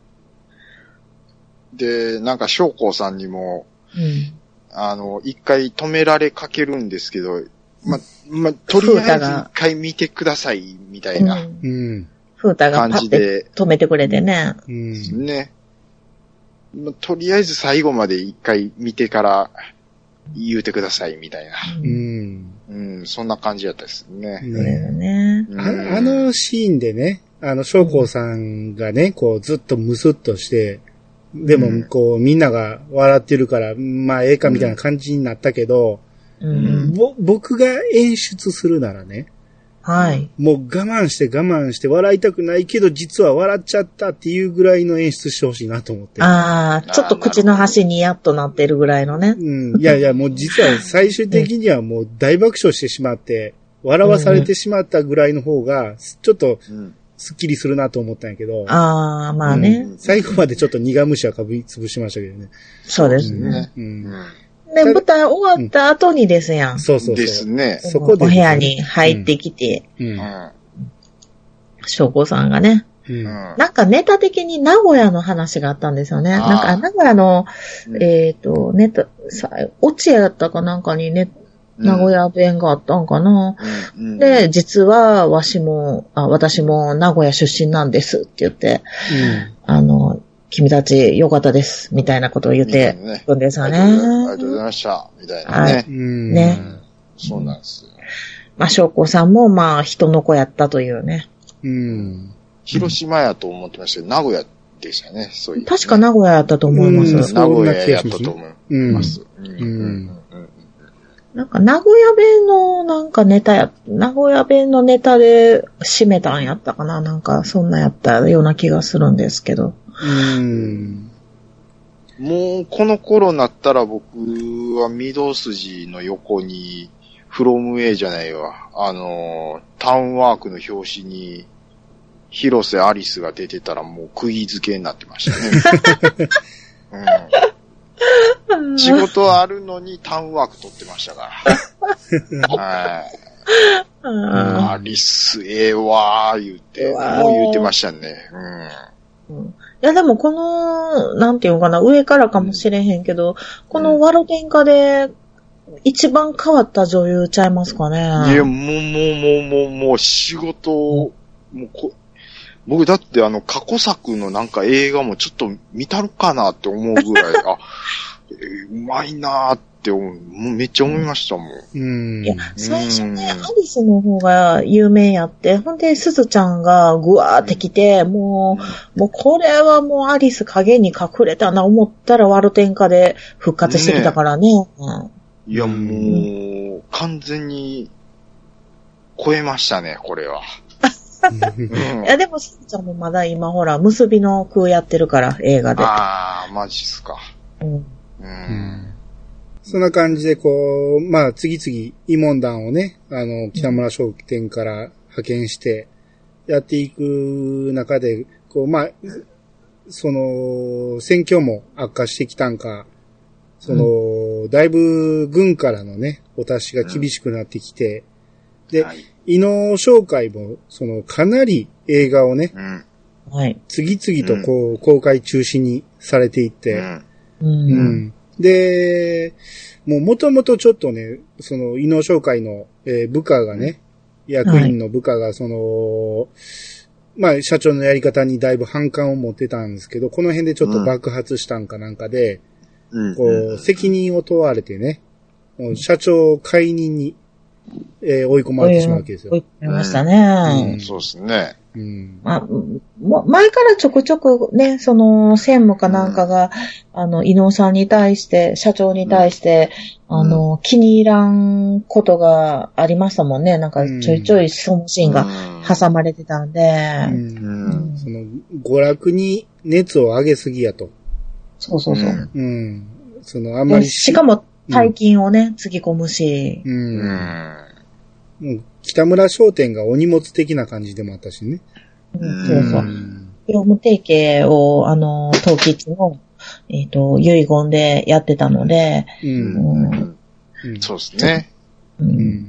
で、なんか、将校さんにも、うん、あの、一回止められかけるんですけど、ま、ま、とりあえず一回見てください、みたいな。うん。 フータがパッて止めてくれてね。 うん。ね。ま、とりあえず最後まで一回見てから言うてください、みたいな。うん。うん、そんな感じだったですね。ねね、うん、あ。あのシーンでね、あの、将校さんがね、こうずっとムスッとして、でも、こう、みんなが笑ってるから、まあ、ええかみたいな感じになったけど、うん、ぼ僕が演出するならね、はい。もう我慢して我慢して笑いたくないけど、実は笑っちゃったっていうぐらいの演出してほしいなと思って。 ああ、ちょっと口の端にやっとなってるぐらいのね。 うん。いやいや、もう実は最終的にはもう大爆笑してしまって、笑わされてしまったぐらいの方が、ちょっと、うんすっきりするなと思ったんやけど。 ああ、まあね、 うん。最後までちょっと苦虫はかぶりつぶしましたけどね。 そうですね。うん。で、舞台終わった後にですやん。 うん、そうそうそう。 ですね。 そこで、ね。お部屋に入ってきて。うん。翔子さんがね。うん。なんかネタ的に名古屋の話があったんですよね。なんか名古屋の、うん、えっ、ー、と、ネタ、さ、落合やったかなんかにネ名古屋弁があったんかな、うんうん、で、実は、わしも、あ、私も名古屋出身なんですって言って、うん、あの、君たち良かったです、みたいなことを言ってるんですよね。ありがとうございました、みたいなね。はい、 ね、 そうなんですよ。 まあ、翔子さんも、まあ、人の子やったというね。 うん。広島やと思ってましたけど、名古屋でしたね、そういう、ね。 確か名古屋やったと思います。うん、 名古屋やったと思います。うん。うんうんなんか、名古屋弁のなんかネタや、名古屋弁のネタで締めたんやったかななんか、そんなやったような気がするんですけど。うん。 もう、この頃になったら僕は御堂筋の横に、フロム A じゃないわ。あの、タウンワークの表紙に、広瀬アリスが出てたらもう釘付けになってましたね。うん仕事あるのにタウンワーク取ってましたから。はい。アリスええわー言って、もう言ってましたね。 うん。うん、いやでもこの、なんていうのかな、上からかもしれへんけど、うん、このワロテンカで一番変わった女優ちゃいますかね。いや、もうもうもうもうもう仕事を、もうこ僕だってあの過去作のなんか映画もちょっと見たるかなって思うぐらい、あ、うまいなーって思う。もうめっちゃ思いましたもん。 うん。いや、最初ね、アリスの方が有名やって、ほんで、すずちゃんがぐわーってきて、もう、もうこれはもうアリス影に隠れたな思ったらワルテンカで復活してきたからね。ねいや、もう、完全に、 超えましたね、これは。 うん、いや、でも、しんちゃんもまだ今ほら、結びの空やってるから、映画で。 あー、マジっすか。 うん。 うん、そんな感じで、こう、まあ、次々、慰問団をね、あの、北村商店から派遣して、やっていく中で、こう、まあ、その、戦況も悪化してきたんか、その、うん、だいぶ軍からのね、お達しが厳しくなってきて、うん、で、はい、伊能商会も、その、かなり映画をね、うん、はい。次々とこう、公開中止にされていって、うん。うん、で、もう元々ちょっとね、その、伊能商会の、えー、部下がね、役員の部下が、その、はい、まあ、社長のやり方にだいぶ反感を持ってたんですけど、この辺でちょっと爆発したんかなんかで、うん、こう、責任を問われてね、社長解任に、えー、追い込まれてしまうわけですよ。 追い込みましたね。 うん、そうですね。 うん。まあ、前からちょくちょくね、その、専務かなんかが、うん、あの、伊能さんに対して、社長に対して、うん、あの、気に入らんことがありましたもんね。なんか、ちょいちょいそのシーンが挟まれてたんで。うんうん、その、娯楽に熱を上げすぎやと。 そうそうそう。 うん。その、あんまりし。 しかも、大金をね、うん、つぎ込むし。うん。 もう北村商店がお荷物的な感じでもあったしね。 うん、そうそう。業務提携を、あの、当吉の、えっ、ー、と、遺言でやってたので。うん。 うんうん、そうですね。 うん。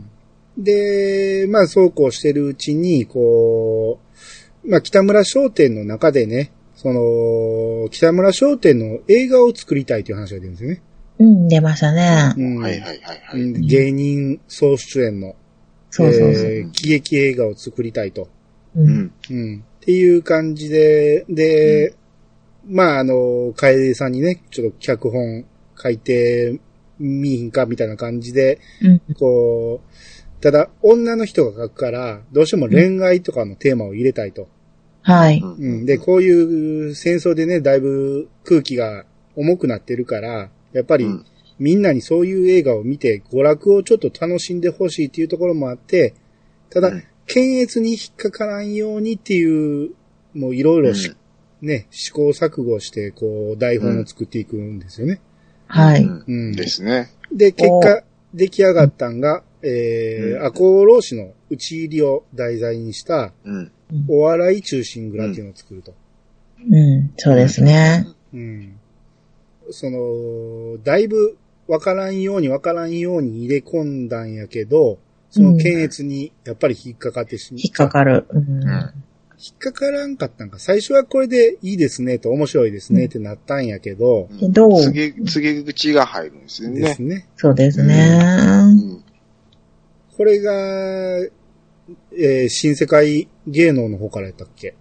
で、まあ、そうこうしてるうちに、こう、まあ、北村商店の中でね、その、北村商店の映画を作りたいという話が出るんですよね。 うん、出ましたね。 うん、はいはいはいはい。 芸人総出演の、 そうそうそう、 えー、喜劇映画を作りたいと。うん。うん。っていう感じで、で、うん、まあ、あの、楓さんにね、ちょっと脚本書いてみひんかみたいな感じで、うん、こう、ただ、女の人が書くから、どうしても恋愛とかのテーマを入れたいと。 はい。 うん。で、こういう戦争でね、だいぶ空気が重くなってるから、やっぱり、うん、みんなにそういう映画を見て娯楽をちょっと楽しんでほしいっていうところもあって、ただ、うん、検閲に引っかからんようにっていう、もういろいろね、試行錯誤して、こう、台本を作っていくんですよね。 うん、はい。 うん。ですね。 で、結果、出来上がったんが、えー、うん、赤穂浪士の討ち入りを題材にした、うん、お笑い中心蔵っていうのを作ると。 うん、うん、そうですね。うん。 その、だいぶわからんようにわからんように入れ込んだんやけど、その検閲にやっぱり引っかかってしまう。 引っかかる。うん。 引っかからんかったんか。最初はこれでいいですねと面白いですねってなったんやけど。 けど、 告げ、告げ口が入るんですよね。 ですね。 そうですね。うん、 これが、えー、新世界芸能の方からやったっけ？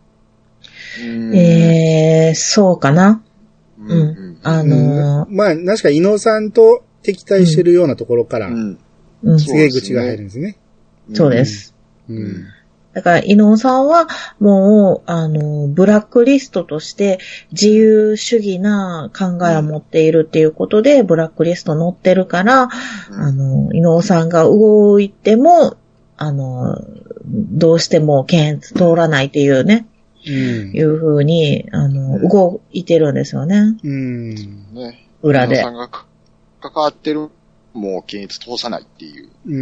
えー、そうかな。うん。うん、あのーうん、まあ、確か伊能さんと敵対してるようなところから、うん。告げ口が入るんですね。 そうです。うん。だから、伊能さんは、もう、あの、ブラックリストとして、自由主義な考えを持っているっていうことで、ブラックリスト載ってるから、うん、あの、伊能さんが動いても、あの、どうしても検閲通らないっていうね、うん、いう風に、あの、動いてるんですよね。うん。ね。裏で。伊能さんが関わってる、もう検閲通さないっていう。うん。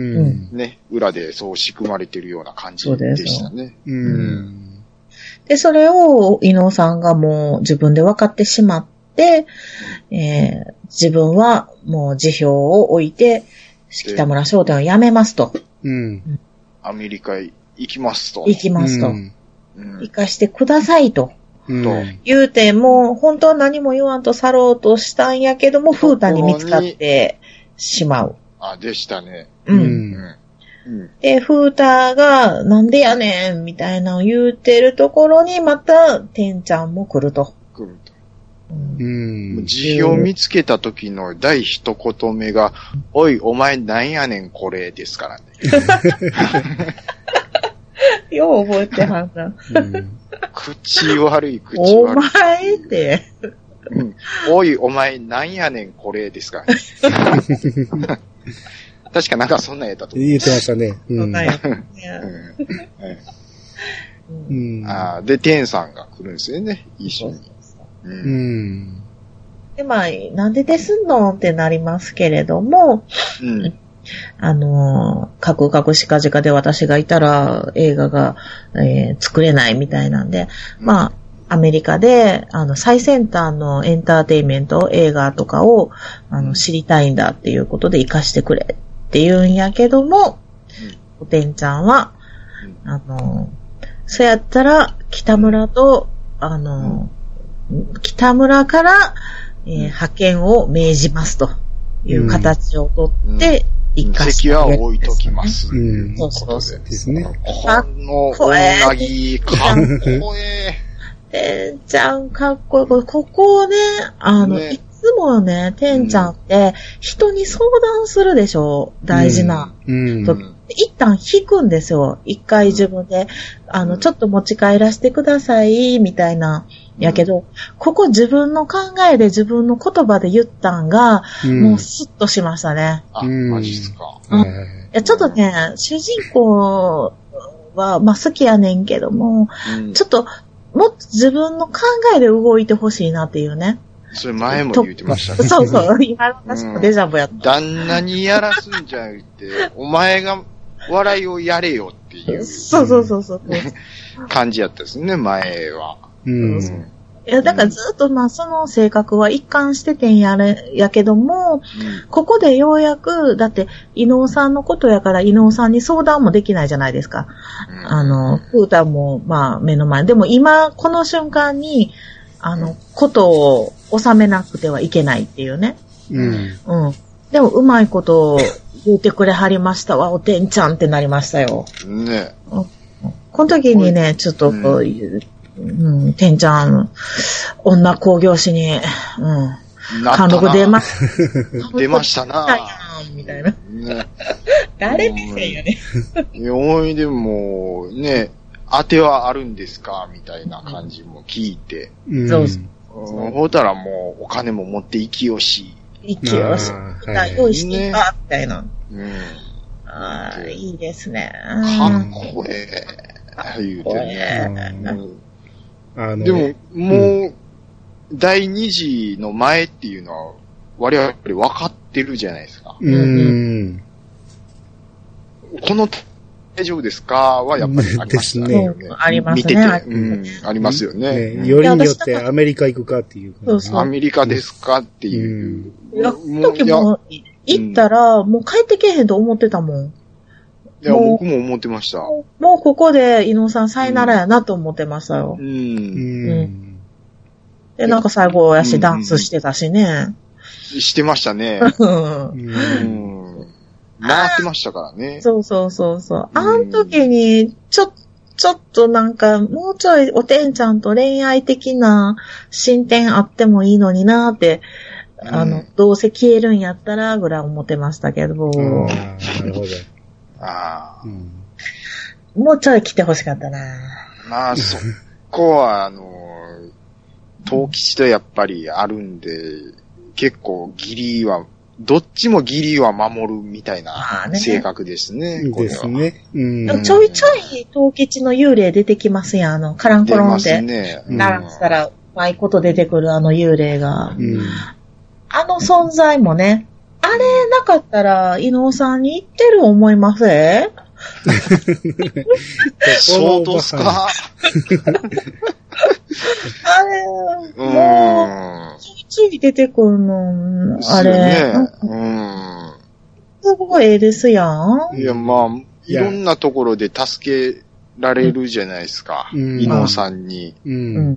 ね。裏でそう仕組まれてるような感じでしたね。う, うん。 で、それを伊能さんがもう自分で分かってしまって、えー、自分はもう辞表を置いて、北村商店を辞めますと。うん。 アメリカへ行きますと。 行きますと。うん行かしてくださいと。うん、言うて、もう本当は何も言わんと去ろうとしたんやけども、風太に見つかってしまう。 あ、でしたね。 うん。うんうん、で、風太がなんでやねんみたいなのを言うてるところに、また、てんちゃんも来ると。来ると。 うん。辞表を見つけた時の第一言目が、うん、おい、お前なんやねんこれですからね。 よう覚えてはんな。うん、 口悪い、口悪い。 お前って、 うん。おい、お前、なんやねん、これですか。 確かなんかそんなんやったと思う。 言ってましたね。うん。 そうなんやうん。 あで、天さんが来るんですよね、一緒に。 うん。 で、まあ、なんでですんのってなりますけれども、 うん。 あの、カクカクしかじかで私がいたら映画が、えー作れないみたいなんで、まあ、アメリカで、あの、最先端のエンターテインメント、映画とかを、あの、知りたいんだっていうことで活かしてくれって言うんやけども、おてんちゃんは、あの、そうやったら、北村と、あの、北村から、えー派遣を命じますという形をとって、一回席は置いときます。 うん。 そうそうそう。 ですね。 この女木、かっこえてんちゃんかっこいい。ここをね、あの、 ねいつもね、てんちゃんって人に相談するでしょ、大事な。 うん。 と一旦引くんですよ。一回自分で、あの、ちょっと持ち帰らせてください、みたいな。やけど、ここ自分の考えで自分の言葉で言ったんが、 うんもうスッとしましたね。 あ、 うんマジっすか。 うんいや、ちょっとね、主人公は、まあ好きやねんけども、 うんちょっと、もっと自分の考えで動いてほしいなっていうね。 それ前も言ってましたね。 そうそう、今の話もデジャブやった。 旦那にやらすんじゃなくて、お前が笑いをやれよっていうそうそうそうそう。 感じやったですね、前は。 うん。 いや、だからずっとまあその性格は一貫しててんやれ、やけども、ここでようやく、だって伊能さんのことやから伊能さんに相談もできないじゃないですか。 うんあの、プータンもまあ目の前。でも今この瞬間に、あの、ことを収めなくてはいけないっていうね。 うん。 うん。でもうまいことを言ってくれはりましたわ、おてんちゃんってなりましたよ。 ね。 この時にね、ちょっとこういう、うん、てんちゃん、女工業士に、うん、 なったな貫禄出ま、 出ましたな。 みたいな。 ね。 誰目線やね。 いや、おいでも、ね、当てはあるんですかみたいな感じも聞いて。 うん。 そうそうん、ほうたらもうお金も持って行きよし。 息をし、 あーはい用意していた、みたいな。 うん。 ああ、いいですね。 かっこええ。言うてね。うんあの、 でも、もう、第二次の前っていうのは、我々分かってるじゃないですか。 うん。 この大丈夫ですかはやっぱりありましたね。 ですねありますね見てて、うん、ありますよね。 ね、よりによってアメリカ行くかっていう。 そうそうアメリカですかっていう。 いや、時も、行ったら、もう帰ってけへんと思ってたもん。 いや、僕も思ってました。 もうここで伊野さんさよならやなと思ってましたよ。 う。 うんん。 で、なんか最後やし、ダンスしてたしね。 してましたね。 うんうん。回ってましたからね。 そうそうそうそう。あの時に、ちょ、ちょっとなんか、もうちょいおてんちゃんと恋愛的な進展あってもいいのになーって、あの、どうせ消えるんやったらぐらい思ってましたけど。 ああ、なるほど。 ああ。 もうちょい来てほしかったな。 まあ、そこは、あの、東吉とやっぱりあるんで、結構義理は、どっちも義理は守るみたいな性格ですね。 ねですね。うん。 ちょいちょい東吉の幽霊出てきますやん、あの、カランコロンで。 出ますね。 ならしたら、うまいこと出てくるあの幽霊が。 うん、 あの存在もね、あれなかったら、伊能さんに言ってる思いませんそうどすかあれ、もう、ちょいちょい出てくるの、あれ。 ね、うん。 すごいええですやん。 いや、まあ、いろんなところで助けられるじゃないですか。伊、う、能、ん、さんに。 うん。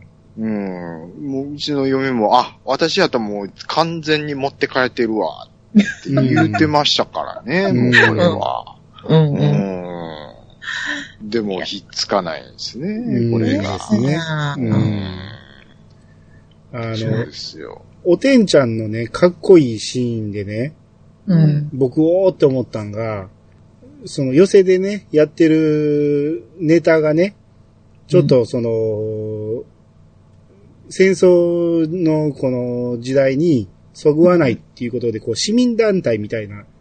うん。もううちの嫁も、あ、私やったらもう完全に持って帰ってるわ、って言ってましたからね、うん、もうこれは。 うん。うんうん、でも、ひっつかないんですね、これが。 ね。うん。 あの、そうですよ。 おてんちゃんのね、かっこいいシーンでね、 うん、 僕、おーって思ったんが、その寄せでね、やってるネタがね、ちょっとその、うん、戦争のこの時代にそぐわないっていうことで、こう市民団体みたいな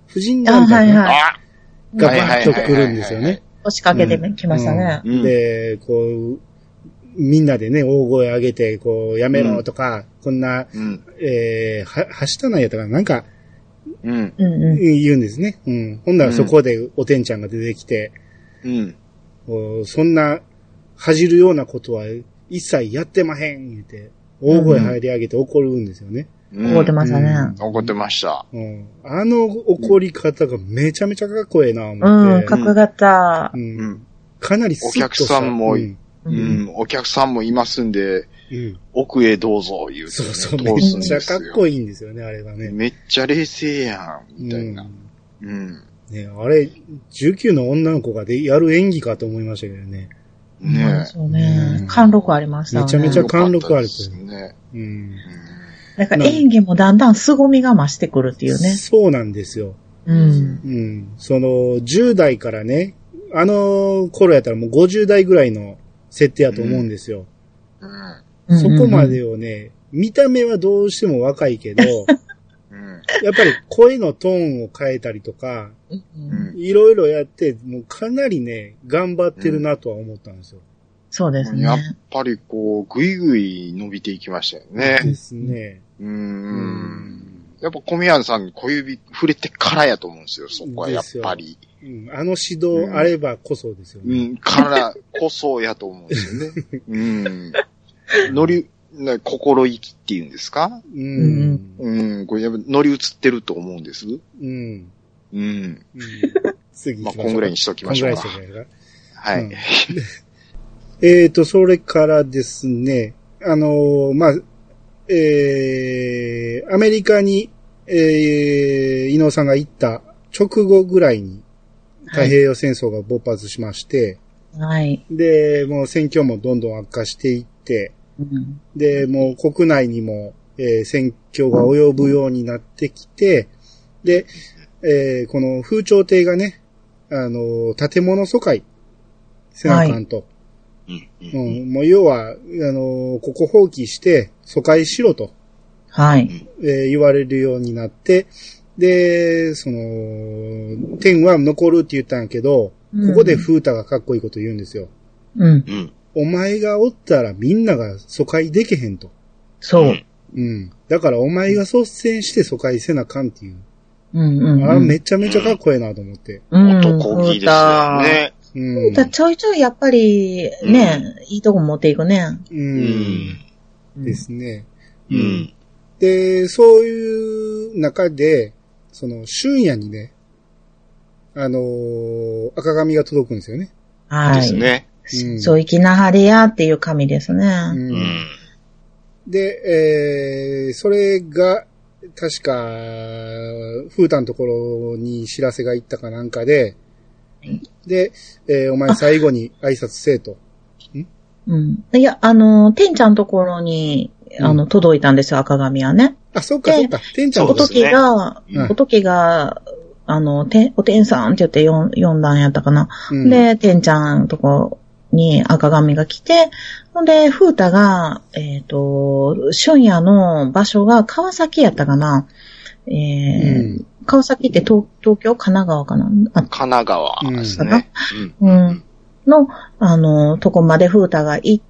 婦人団体が、 はいはいがバッと来るんですよね。 押しかけてきましたね。 うんうん、で、こう、みんなでね、大声上げて、こう、やめろとか、うん、こんな、うん、えー、は、はしたないやったから、なんか、うん。言うんですね。うん。ほんならそこでおてんちゃんが出てきて、うん。そんな、恥じるようなことは一切やってまへん、言うて、大声入り上げて怒るんですよね。 うん、怒ってましたね、 うん。怒ってました。 うん。あの怒り方がめちゃめちゃかっこええな、思って。 うん、かっこよかった。 うん。かなりスッとお客さんも、うん、うん、お客さんもいますんで、うん、奥へどうぞ、言うて、ね。 そうそう、めっちゃかっこいいんですよね、あれがね。 めっちゃ冷静やん、みたいな。うん。うん、 ね、あれ、じゅうきゅうの女の子がでやる演技かと思いましたけどね。 ねえ。そうね。貫禄ありましたね。 めちゃめちゃ貫禄あるというね。うん。 だから演技もだんだん凄みが増してくるっていうね。 そうなんですよ。うん。うん。その、じゅう代からね、あの頃やったらもうごじゅう代ぐらいの設定やと思うんですよ。うん。そこまでをね、見た目はどうしても若いけど、やっぱり声のトーンを変えたりとか、いろいろやって、もうかなりね、頑張ってるなとは思ったんですよ。 そうですね。 やっぱりこう、ぐいぐい伸びていきましたよね。 ですね。 うーん。やっぱ小宮さんに小指触れてからやと思うんですよ、そこはやっぱり。 うん、あの指導あればこそですよね。 うん、からこそやと思うんですよね。うん。乗り、ね、心意気っていうんですか？うん。うん。これやっぱ乗り移ってると思うんです。うん。うん。うん、次まあ、こんぐらいにしときましょうか。こんぐらいにしときましょうか。はい。うん、 えっと、それからですね、あのー、まあ、えー、アメリカに、えー、伊能さんが行った直後ぐらいに太平洋戦争が勃発しまして、はい。で、もう戦況もどんどん悪化していって、うん、で、もう国内にも、えー、戦況が及ぶようになってきて、で、えー、この風潮亭がね、あの、建物疎開せなあかんと。はい、うん、もう要は、あの、ここ放棄して疎開しろと。はい。えー、言われるようになって、で、その、天は残るって言ったんやけど、うん、ここで風太がかっこいいこと言うんですよ。うん。お前がおったらみんなが疎開できへんと。そう。うん。だからお前が率先して疎開せなあかんっていう。うんうん、うん。あめちゃめちゃかっこいいなと思って。うん。 男気ですよね。 うん。だちょいちょいやっぱりね、うん、いいとこ持っていくね。うん。 うん、ですね。うん。で、そういう中で、その、春夜にね、あのー、赤紙が届くんですよね。 はい。ですね。うん、そういきなはれやっていう紙ですね。うん。 で、えー、それが、確か、風太のところに知らせが行ったかなんかで、で、えー、お前最後に挨拶せえと。 んうん。いや、あの、てんちゃんのところに、あの、届いたんですよ、赤紙はね。 あ、そっかそっか。てんちゃんのところおときが、うん、おときが、あの、て、おてんさんって言って読んだんやったかな。うん、で、てんちゃんのとこに赤紙が来て、ほんで、風太が、えっと、春夜の場所が川崎やったかな。えーうん、川崎って東、東京神奈川かなあ神奈川ですね。 うん。うん、の、あの、とこまで風太が行って、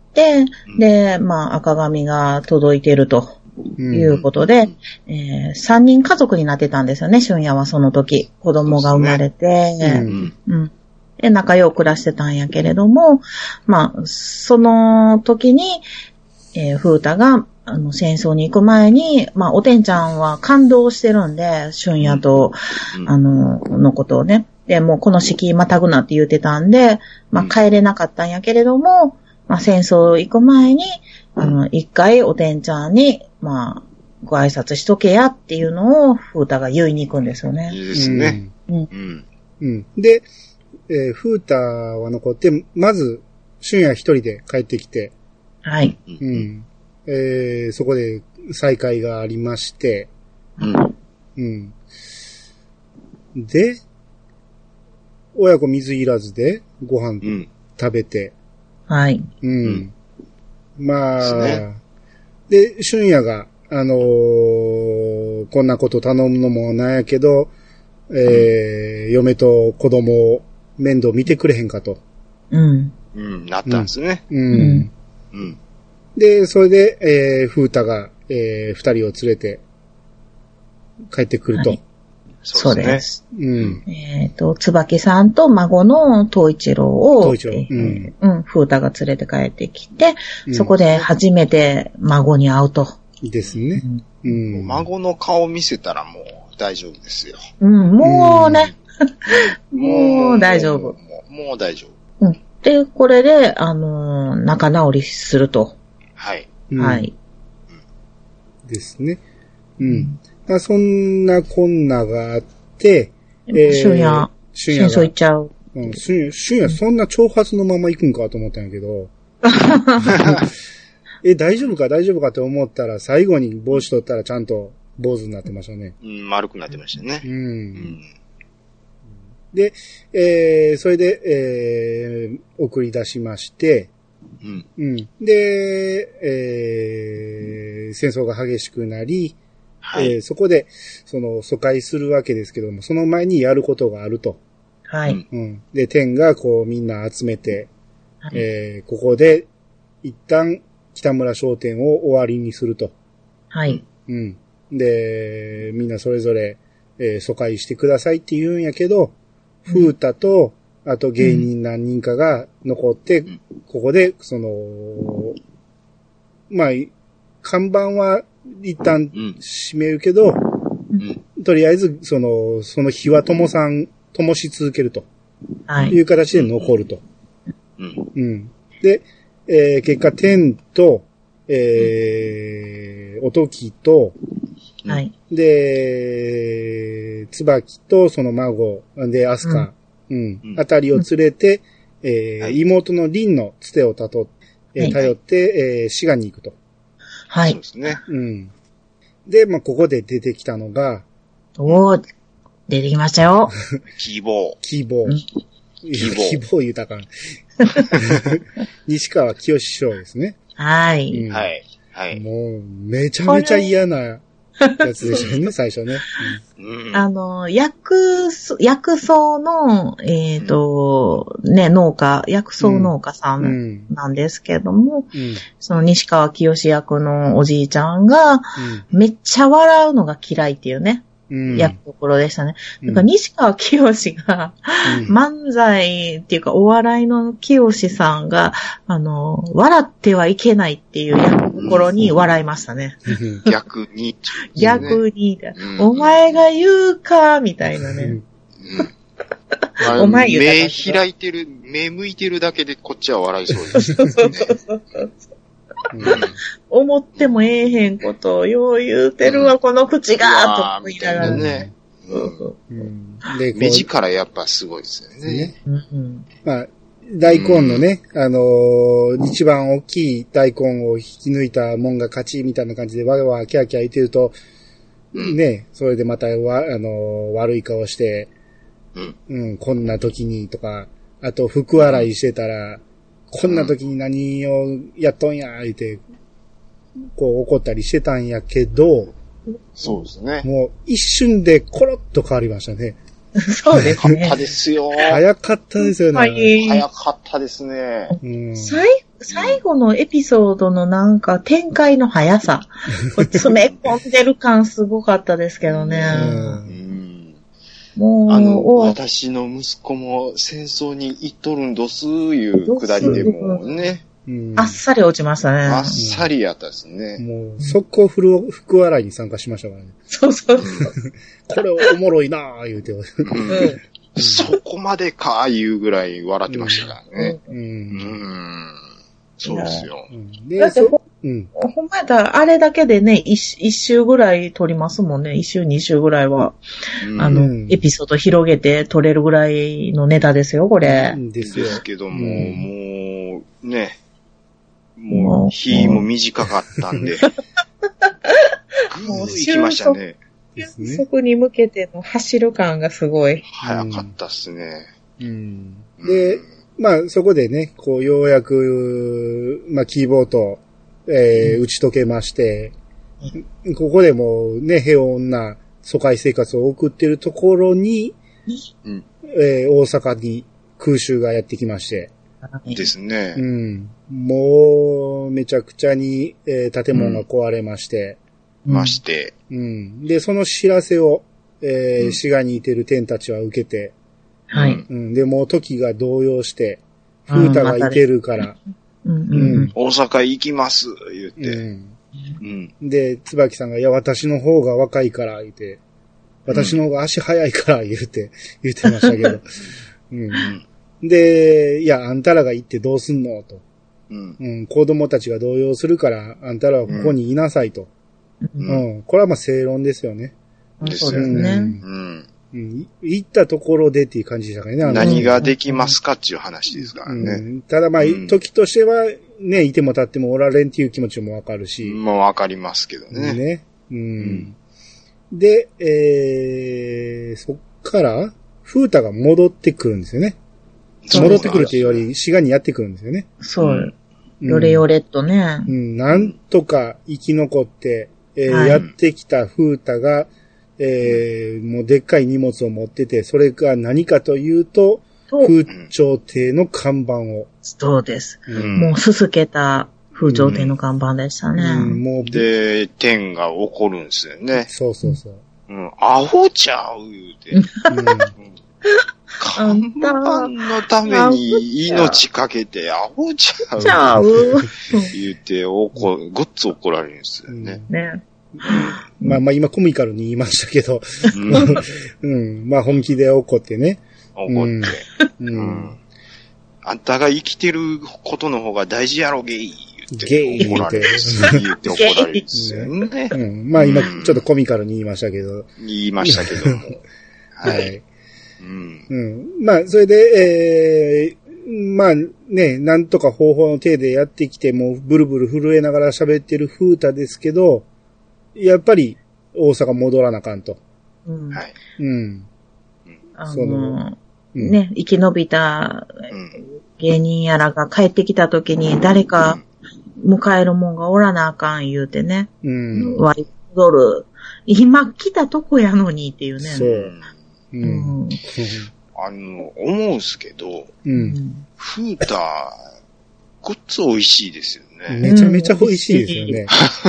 うん、で、まあ、赤紙が届いてるということで、うん、えー、三人家族になってたんですよね、春夜はその時。子供が生まれて、ね、うん。うんで、仲良く暮らしてたんやけれども、まあ、その時に、えー、風太が、あの、戦争に行く前に、まあ、おてんちゃんは感動してるんで、春夜と、うん、あの、のことをね。で、もうこの敷またぐなって言ってたんで、まあ、帰れなかったんやけれども、まあ、戦争行く前に、あの、一回おてんちゃんに、まあ、ご挨拶しとけやっていうのを、風太が言いに行くんですよね。 いいですね。 うん。うん。うん、で、えー、風太は残って、まず、春夜一人で帰ってきて。はい。うん。えー、そこで再会がありまして。うん。うん。で、親子水いらずでご飯食べて。うん、はい。うん。うん、まあ、ね、で、春夜が、あのー、こんなこと頼むのもなんやけど、 えー、嫁と子供を面倒見てくれへんかと。 うん。 うん、なったんですね。 うん。うん。 うん。 で、それで、えー、風太が、えー、二人を連れて、帰ってくると。はい、 そうです。 うん。 えっ、ー、と、椿さんと孫の東一郎を、 東一郎。うん。 うん、風太が連れて帰ってきて、うん、そこで初めて孫に会うと。 ですね。 うん。孫の顔見せたらもう大丈夫ですよ。 うん、もうね。うん、もう大丈夫。もう、もう大丈夫。うん。で、これで、あのー、仲直りすると。 はい。 はい。 うん、ですね。うん。まあ、そんなこんながあって、 えー、春夜。春夜。戦争行っちゃう。 うん、春夜、春夜そんな挑発のまま行くんかと思ったんやけど。え、大丈夫か大丈夫かと思ったら、最後に帽子取ったらちゃんと坊主になってましたね。 うん、丸くなってましたね。 うん。うん、で、えー、それで、えー、送り出しまして、 うん。 うん。で、えー、戦争が激しくなり、はい、えー、そこで、その、疎開するわけですけども、その前にやることがあると。 はい。 うん。で、天がこうみんな集めて、はい、えー、ここで、一旦、北村商店を終わりにすると。 はい。 うん。で、みんなそれぞれ、えー、疎開してくださいって言うんやけど、うん、風太と、あと芸人何人かが残って、うん、ここで、その、まあ、看板は一旦閉めるけど、うん、とりあえず、その、その火は灯さん、灯し続けると。 はい。 いう形で残ると。 うん。 うん。で、えー、結果、天と、えー、おときと、 はい。 で、椿とその孫、で、アスカ、うん、うん、あたりを連れて、うん、えーはい、妹のリンのつてをたと、えー、頼って、はい、えー、滋賀に行くと。 はい。 そうですね。 うん。で、まあ、ここで出てきたのが、 おー、出てきましたよ。 希望。 希望。 希望。 希望豊かな。西川清師匠ですね。 はい、 うん。はい。はい。 もう、めちゃめちゃ嫌なやつでしたよね、最初ね。 うん、あの、薬、薬草の、えっ、ー、と、うん、ね、農家、薬草農家さんなんですけども、うん、その西川清役のおじいちゃんが、うん、めっちゃ笑うのが嫌いっていうね。うん、役どころでしたね。だから西川きよしが、うん、漫才っていうかお笑いのきよしさんが、あの、笑ってはいけないっていう役どころに笑いましたね。 逆に、ね。 逆に、うん、お前が言うか、みたいなね。うんお前言う目開いてる、目向いてるだけでこっちは笑いそうです、ね。そうそうそうそううん、思ってもええへんことをよう言うてるわ、うん、この口がと思いながらね。 目力やっぱすごいですよね。 うん、まあ、大根のね、うん、あのー、一番大きい大根を引き抜いたもんが勝ちみたいな感じでわーわーキャーキャー言ってると、うん、ね、それでまたわ、あのー、悪い顔して、うん、うん、こんな時にとか、あと福洗いしてたら、こんな時に何をやっとんや、言って、こう怒ったりしてたんやけど、 そうですね。 もう一瞬でコロッと変わりましたね。 そうですね。 早かったですよ。 早かったですよね。 はい、 早かったですね。 うん、最最後のエピソードのなんか展開の速さ。詰め込んでる感すごかったですけどね。うんもう、あの、私の息子も戦争に行っとるんどすいうくだりでもね、 うん。あっさり落ちましたね。 あっさりやったですね。 もう、速攻福笑いに参加しましたからね。 そうそうそう。 これおもろいなぁ、言うて、うん。 そこまでか、言うぐらい笑ってましたからね。 うん。うんうんそうですよ。 で、だってほ、うん、ほんまやったら、あれだけでね、一、一周ぐらい撮りますもんね。一周、二周ぐらいは。うん、あの、エピソード広げて撮れるぐらいのネタですよ、これ。 ですよ。 ですけども、うん、もう、ね、もう、日も短かったんで。もう、行きましたね。 そこに向けての走る感がすごい。 早かったっすね。 うん。で、まあ、そこでね、こう、ようやく、まあ、キーボード、えー、打ち解けまして、ここでもうね、平穏な疎開生活を送ってるところに、 うん、 えー、大阪に空襲がやってきまして。 ですね。 うん。もう、めちゃくちゃに、えー、建物が壊れまして。 うん、まして。 うん。で、その知らせを、えー、うん、滋賀にいてる天たちは受けて。 はい。 うん。で、もう時が動揺して、風太がいけるから。 うんうんうん、 大阪行きます、言って。うんうん、で、椿さんが、いや、私の方が若いから、言って、私の方が足早いから、言って、言ってましたけど。うんうん、で、いや、あんたらが行ってどうすんのと、うんうん。子供たちが動揺するから、あんたらはここにいなさいと。うんうん、これはまあ正論ですよね。 そうですね。 うんうん、行ったところでっていう感じでしたからね。 何ができますかっていう話ですからね。 うん、ただまあ、うん、時としては、ね、いても立ってもおられんっていう気持ちもわかるし。 もうわかりますけどね。 ね。うん。うん、で、えー、そっから、風太が戻ってくるんですよね。戻ってくるというより、滋賀にやってくるんですよね。 そう。よれよれっとね。 うん。なんとか生き残って、えーはい、やってきた風太が、えー、もうでっかい荷物を持ってて、それが何かというと、風潮亭の看板を。 そうです。うん、もうすすけた風潮亭の看板でしたね。うんうん、もうで、天が起こるんですよね。 そうそうそう。 うん、アホちゃう言うて。うん、看板のために命かけてアホちゃう。ちゃう。言うて、おこ、ごっつ怒られるんですよね。 うん、ね。 まあまあ今コミカルに言いましたけど、うん、うん、まあ本気で怒ってね。 怒って、うんうん。あんたが生きてることの方が大事やろ、ゲイ言って。 ゲイ言って。 言って怒られるんですよね。 うん、まあ今ちょっとコミカルに言いましたけど。 言いましたけども。 はい。うん、うん。まあそれで、えー、まあね、なんとか方法の手でやってきて、もうブルブル震えながら喋ってる風太ですけど、やっぱり大阪戻らなあかんと。 うん、 はい。 うん。 あの、うん、ね、生き延びた芸人やらが帰ってきた時に誰か迎えるもんがおらなあかん言うてね。 うん。 ワイドル。今来たとこやのにっていうね。 そう。うん。 うん、あの、思うんすけど、 うん。 風太、ごっつ美味しいですよね。 めちゃめちゃ美味しいですよね。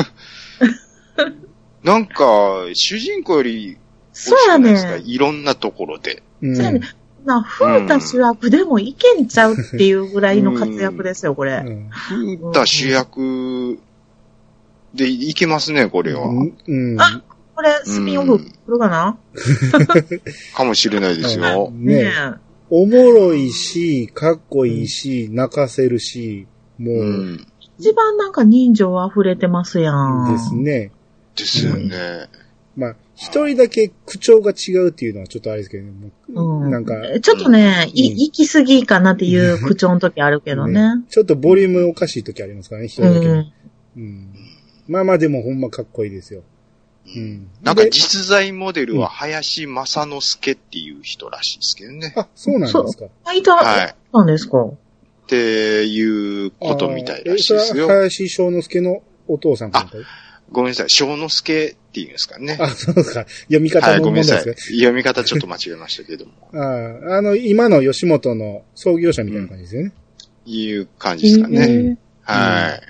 なんか、主人公より、 そうやね。 いろんなところで。 うん、そうやね。な、風太主役でもいけんちゃうっていうぐらいの活躍ですよ、これ。 うん、風太主役でいけますね、これは。 うんうん、 あ、これ、スピンオフ来るかな、 うん、かもしれないですよ。 ねえ。おもろいし、かっこいいし、泣かせるし、もう。うん、 一番なんか人情溢れてますやん。 ですね。 ですよね。 うん、まあ、一人だけ口調が違うっていうのはちょっとあれですけどね。うん、なんか。 ちょっとね、うん、い、行き過ぎかなっていう口調の時あるけどね。ね、 ちょっとボリュームおかしい時ありますからね、一人だけ、うんうん。まあまあでもほんまかっこいいですよ。 うん、なんか実在モデルは林正之助っていう人らしいですけどね。 あ、そうなんですか。 あ、いた、はい。なんですか。 っていうことみたいらしいですよ。 林正之助のお父さんか。 ごめんなさい。正之助って言うんですかね。 あ、そうですか。読み方の問題ですね。はい、ごめんなさい。読み方ちょっと間違えましたけども。 ああ、あの、今の吉本の創業者みたいな感じですよね。 うん、いう感じですかね。はい、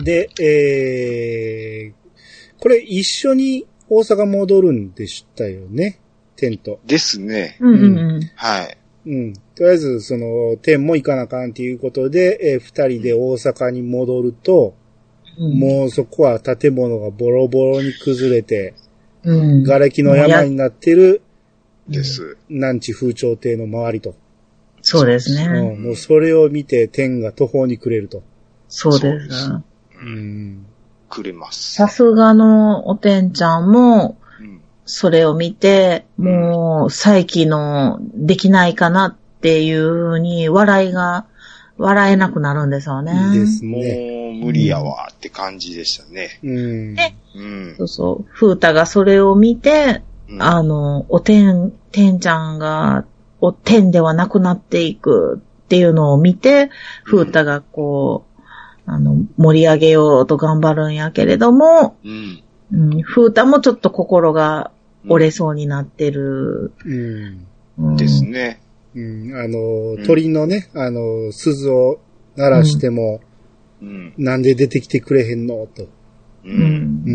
うん。で、えー、これ一緒に大阪戻るんでしたよね。テント。 ですね。 うんうんうん。 はい。 うん。とりあえず、その、テンも行かなあかんっていうことで、えー、二人で大阪に戻ると、うん、もうそこは建物がボロボロに崩れて、うん、瓦礫の山になってる、 です。 南地風潮亭の周りと。 そうですね。 うん、もうそれを見て天が途方に暮れると。 そうです。そうです。 うん。くれます。 さすがのおてんちゃんも、それを見て、うん、もう再起のできないかなっていうふうに笑いが、笑えなくなるんですよね。 ですね。 もう無理やわって感じでしたね。 うん。 で、うん、そうそう。風太がそれを見て、うん、あの、おてん、てんちゃんが、おてんではなくなっていくっていうのを見て、風太がこう、あの、盛り上げようと頑張るんやけれども、 うん。 うん、風太もちょっと心が折れそうになってる。 うん。 うん、ですね。 うん。あの、鳥のね、あの、鈴を鳴らしても、うん、なんで出てきてくれへんのと。うん。うん。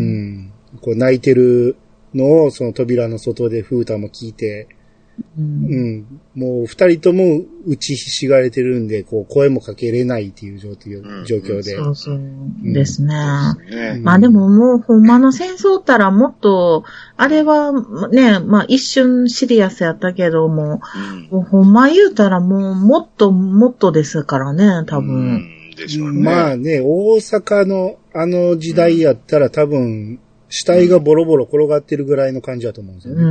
こう泣いてるのを、その扉の外で風太も聞いて、うん、うん。もう二人とも打ちひしがれてるんで、こう声もかけれないっていう状況、状況で。 そうそうですね。うん、まあでももうほんまの戦争ったらもっと、あれはね、まあ一瞬シリアスやったけども、うん、もうほんま言うたらもうもっともっとですからね、多分。うんでしょうね、 まあね、大阪のあの時代やったら多分、死体がボロボロ転がってるぐらいの感じだと思うんですよね。うん。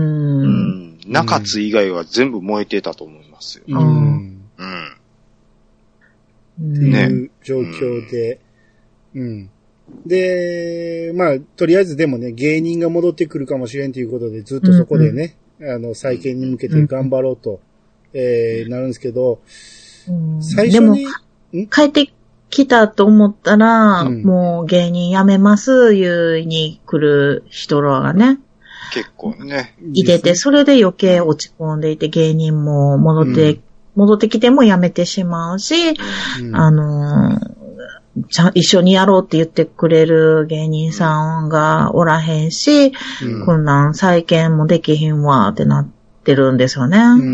中津以外は全部燃えてたと思いますよ。うん。うん。 っていう状況で、うん。で、まあ、とりあえずでもね、芸人が戻ってくるかもしれんということで、ずっとそこでね、うんうん、あの、再建に向けて頑張ろうと、うん、えー、なるんですけど、うん、最初に、 帰って来たと思ったら、うん、もう芸人辞めます言うに来る人らがね。 結構ね。 いてて、それで余計落ち込んでいて、芸人も戻って、うん、戻ってきても辞めてしまうし、うん、あのー、ちゃん、一緒にやろうって言ってくれる芸人さんがおらへんし、うん、こんなん再建もできひんわってなってるんですよね。うん。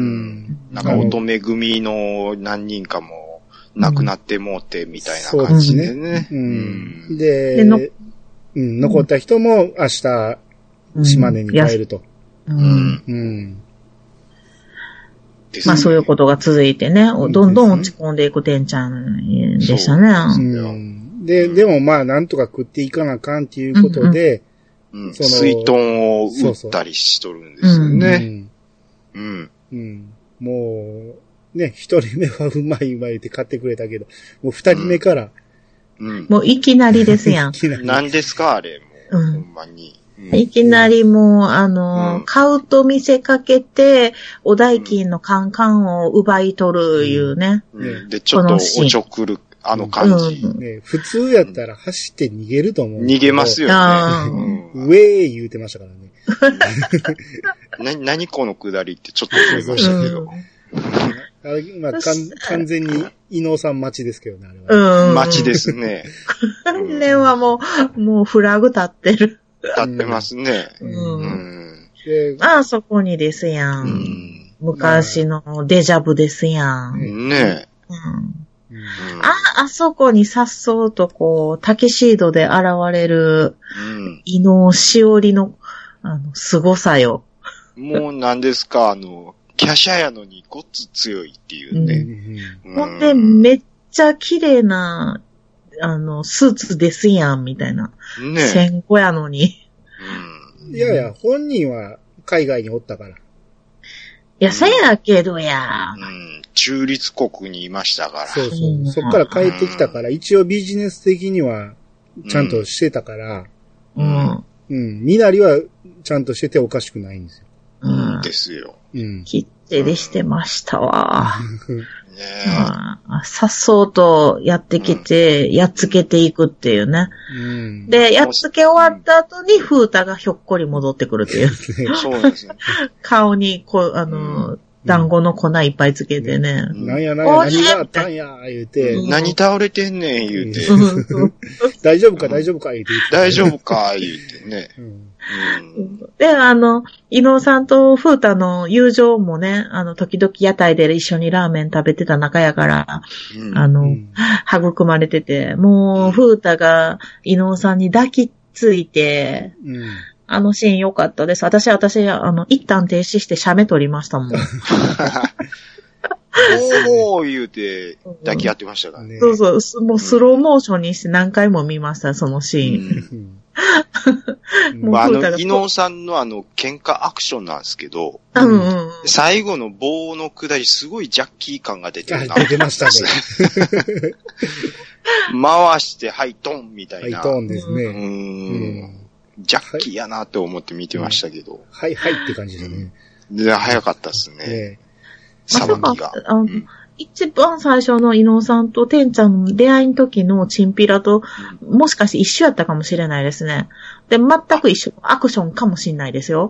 なんか乙女組の何人かも、亡くなってもうてみたいな感じでね。 うん。うん、で、でのうん、残った人も明日、島根に帰ると。うん。うん。 まあそういうことが続いてね、どんどん落ち込んでいくてんちゃんでしたね。 うん、で、でもまあなんとか食っていかなあかんっていうことで、 うんうん、その水遁を打ったりしとるんですよね。うん。うん。 うん。もう、ね、一人目はうまいうまいって買ってくれたけど、もう二人目から、 うん。もういきなりですやん。 何ですかあれ、もう、うん、ほんまに。 うん、いきなりもう、あの、うん、買うと見せかけて、お代金のカンカンを奪い取るいうね。 うんうん、で、ちょっとおちょくる、あの感じ、 うんね。普通やったら走って逃げると思う。 逃げますよね。 うん、ウェー言うてましたからね。な、何このくだりってちょっと思いましたけど。 あれまあ、完全に伊能さん待ちですけどね、あれは。うん。待ちですね。 あれはもう、もうフラグ立ってる。 立ってますね。うん。うん、 でまあ、そこにですやん。うん、昔のデジャブですやん。 ねえ。 うんうん、あ、あそこにさっそうとこう、タキシードで現れる、伊能しおりの、あの、凄さよ。 もう何ですか、あの、華奢やのにごっつ強いっていうね。 うん、ほんで、めっちゃ綺麗な、あの、スーツですやん、みたいな。ね。戦後やのに。 うん、いやいや、本人は海外におったから。いや、そやけどや。 うん。中立国にいましたから。 そうそう。そっから帰ってきたから、一応ビジネス的には、ちゃんとしてたから。うん。うん。みなりは、ちゃんとしてておかしくないんですよ。 うん。ですよ。 うん。きっちりしてましたわ。ねえ。さっそうとやってきて、うん、やっつけていくっていうね。うん、で、やっつけ終わった後に、風太がひょっこり戻ってくるっていう。 そうですね。 顔に、こう、あの、うん、団子の粉いっぱいつけてね。 うん、なんやなんや、何があったんや、言うて。 うん、何倒れてんねん、言うて。 大丈夫か、大丈夫か、言うて。 大丈夫か、言うてね。うんうん、で、あの、伊能さんと風太の友情もね、あの、時々屋台で一緒にラーメン食べてた仲やから、うん、あの、うん、育まれてて、もう、風太が伊能さんに抱きついて、うん、あのシーン良かったです。私、私、あの、一旦停止して写メ撮りましたもん。 おー言うて抱き合ってましたからね。 そうそう、もうスローモーションにして何回も見ました、そのシーン。 もうあの、伊能さんのあの、喧嘩アクションなんですけど、うんうん、最後の棒の下り、すごいジャッキー感が出てるな。 出てましたね。 回して、はい、トンみたいな。 はい、トンですね。うん。ジャッキーやなって思って見てましたけど。 はい、はい、はいって感じですね。 で、早かったですね。ねさばきが。 あの、うん、一番最初の伊能さんとてんちゃんの出会いの時のチンピラと、うん、もしかして一緒やったかもしれないですね。で、全く一緒、アクションかもしれないですよ。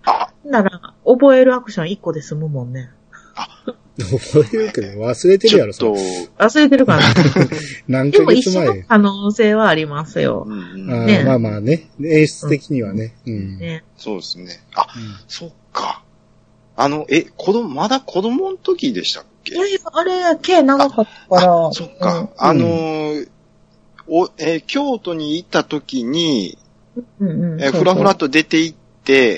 あなら、覚えるアクションいっこで済むもんね。 覚えるけど忘れてるやろ、 ちょっと、 忘れてるかな何でも一緒ヶ月前。 の可能性はありますよ。 うんうんあねまあまあね。演出的にはね。うん。 ね。 そうですね。あ、 うんそっか。あの、え、子供、まだ子供の時でしたっけ？ いやいや、あれ、毛長かったから。 あそっか。あのーお、えー京都に行った時に、 うんうん。 えーふらふらと出て行って、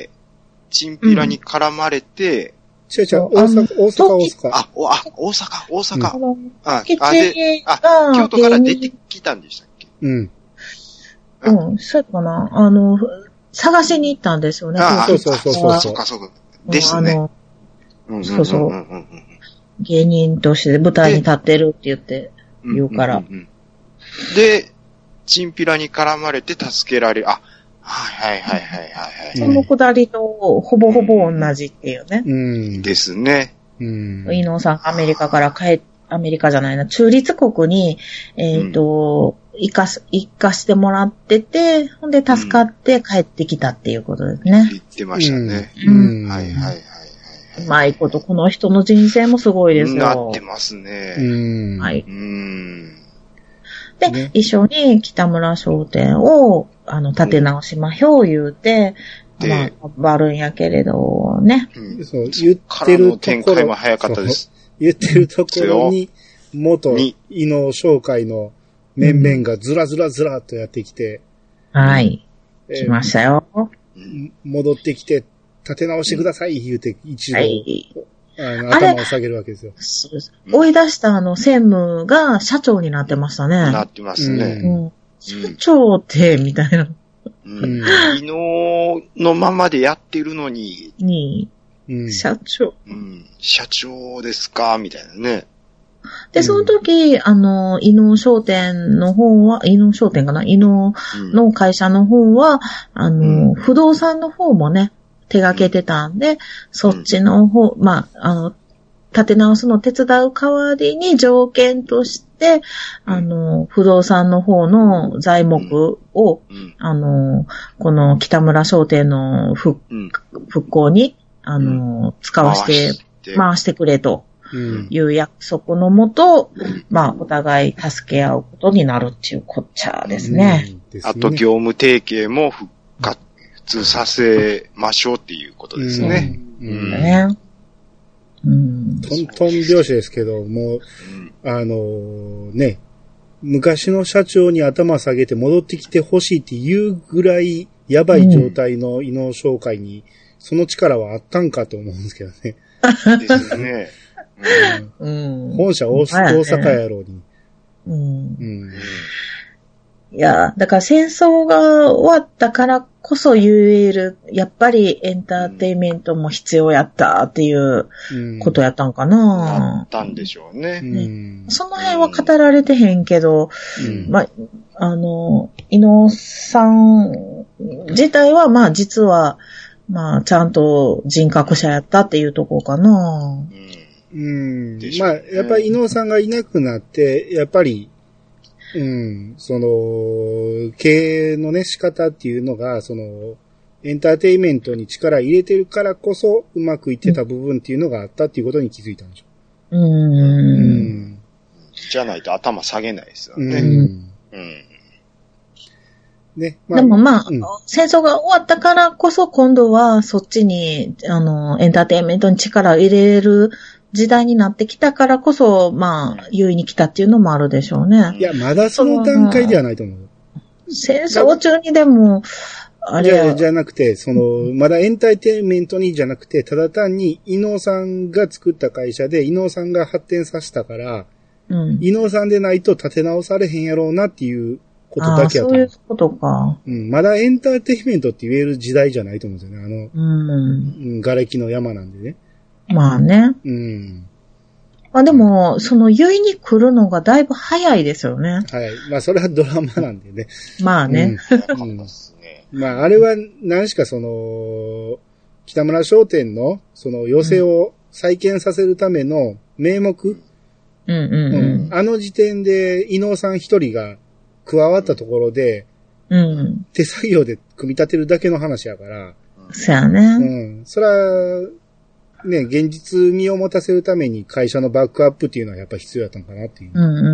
チンピラに絡まれて、 違う違う、大阪、大阪、大阪。 あ、お、あ、大阪、大阪。 うんあ、 吉あ、で、あ、 が京都から出てきたんでしたっけ？ うん。 うん、そうかな。あの、探しに行ったんですよね。 あそうそうそうそうそうか、そうか。ですね。 あの、 うんそうそううんうんうん芸人として舞台に立ってるって言ってうん言うから。 んんんで、チンピラに絡まれて助けられる。あ、はいはいはいはいはいはい。 そのくだりとほぼほぼ同じっていうね。 うん。 ですね。 うん。 伊能さんがアメリカから帰っ、アメリカじゃないな、中立国に、えっ、と、行かす、行かしてもらってて、ほんで助かって帰ってきたっていうことですね。 言ってましたね。 うん。 はいはいはいはうまいこと、この人の人生もすごいですい。 よ。 なってますうね。 ん。 はい。 うーん。 で、 ね一緒に北村商店を、あの、立て直しまひょう言うて、 でまあ、バるんやけれど、ね。 うんそう、言っからのてるところ。 展開も早かったです。 言ってるところに、元に伊能商会の面々がずらずらずらっとやってきて、 はい。 えー来ましたよ。 うん戻ってきて、立て直してください、言うて、一度、 はい。 あのあれ頭を下げるわけですよ。 そうです追い出したあの専務が社長になってましたね。 なってますね。 うん。社長って、みたいな。 うんうん伊能のままでやってるのに、 に、 うん。 社長。 うん、社長ですかみたいなね。 で、その時、あの、伊能商店の方は、伊能商店かな伊能うんの会社の方は、あの、 うん不動産の方もね、手掛けてたんで、そっちの方、まあ、あの、立て直すのを手伝う代わりに条件として、あの、不動産の方の材木を、 うん。 あの、この北村商店の復うん。 復興に、あの、使わせて、 て回してくれとうん。 いう約束のもと、まあ、お互い助け合うことになるっていうこっちゃですね。 うんですね。 あと業務提携も復活させましょうっていうことですね。 うん。 ううんん。 ね。うん。 トントン拍子ですけど、もう、 うん。 あのーね、昔の社長に頭下げて戻ってきてほしいっていうぐらいやばい状態の伊能商会に、その力はあったんかと思うんですけどね。 ですね。 うん。 本社大大阪やろうに。 うんう。ん。 いや、だから戦争が終わったからこそ言える、やっぱりエンターテインメントも必要やったっていううん。 ことやったんかななっ。たんでしょううね。 ん。 その辺は語られてへんけど、 うんまあ、あの、伊能さん自体は、まあ実は、まあちゃんと人格者やったっていうとこかな。 うん。 うんで。しょうねまあ、やっぱり伊能さんがいなくなって、やっぱり、うん、その、経営のね、仕方っていうのが、その、エンターテインメントに力入れてるからこそ、うまくいってた部分っていうのがあったっていうことに気づいたんでしょう。 う。うんん。 じゃないと頭下げないですようん。 ね。うん。 ね。 でもまあ、 うん戦争が終わったからこそ今度はそっちに、あの、エンターテインメントに力を入れる時代になってきたからこそ、まあ、優位に来たっていうのもあるでしょうね。 いや、まだその段階ではないと思う。 戦争中にでも、あれはじゃじゃなくて、その、まだエンターテインメントにじゃなくて、ただ単に伊能さんが作った会社で伊能さんが発展させたから、 うん。 伊能さんでないと立て直されへんやろうなっていうことああ、 だけやと思う。 そういうことか。 うん、まだエンターテインメントって言える時代じゃないと思うんですよね。あの、 うん。 うん、瓦礫の山なんでね。 まあね。 うん。 まあでも、その優位に来るのがだいぶ早いですよね。 はい。まあ、それはドラマなんでね。 まあね。 うん。うんですね。 まあ、あれは、何しかその、北村商店の、その、寄せを再建させるための名目、 うんうんううんん、あの時点で、伊能さん一人が加わったところで、 うん。 手作業で組み立てるだけの話やから、 うんそうやね。 うん。それは、ね、現実味を持たせるために会社のバックアップっていうのはやっぱ必要だったのかなっていう。 うんうんうん。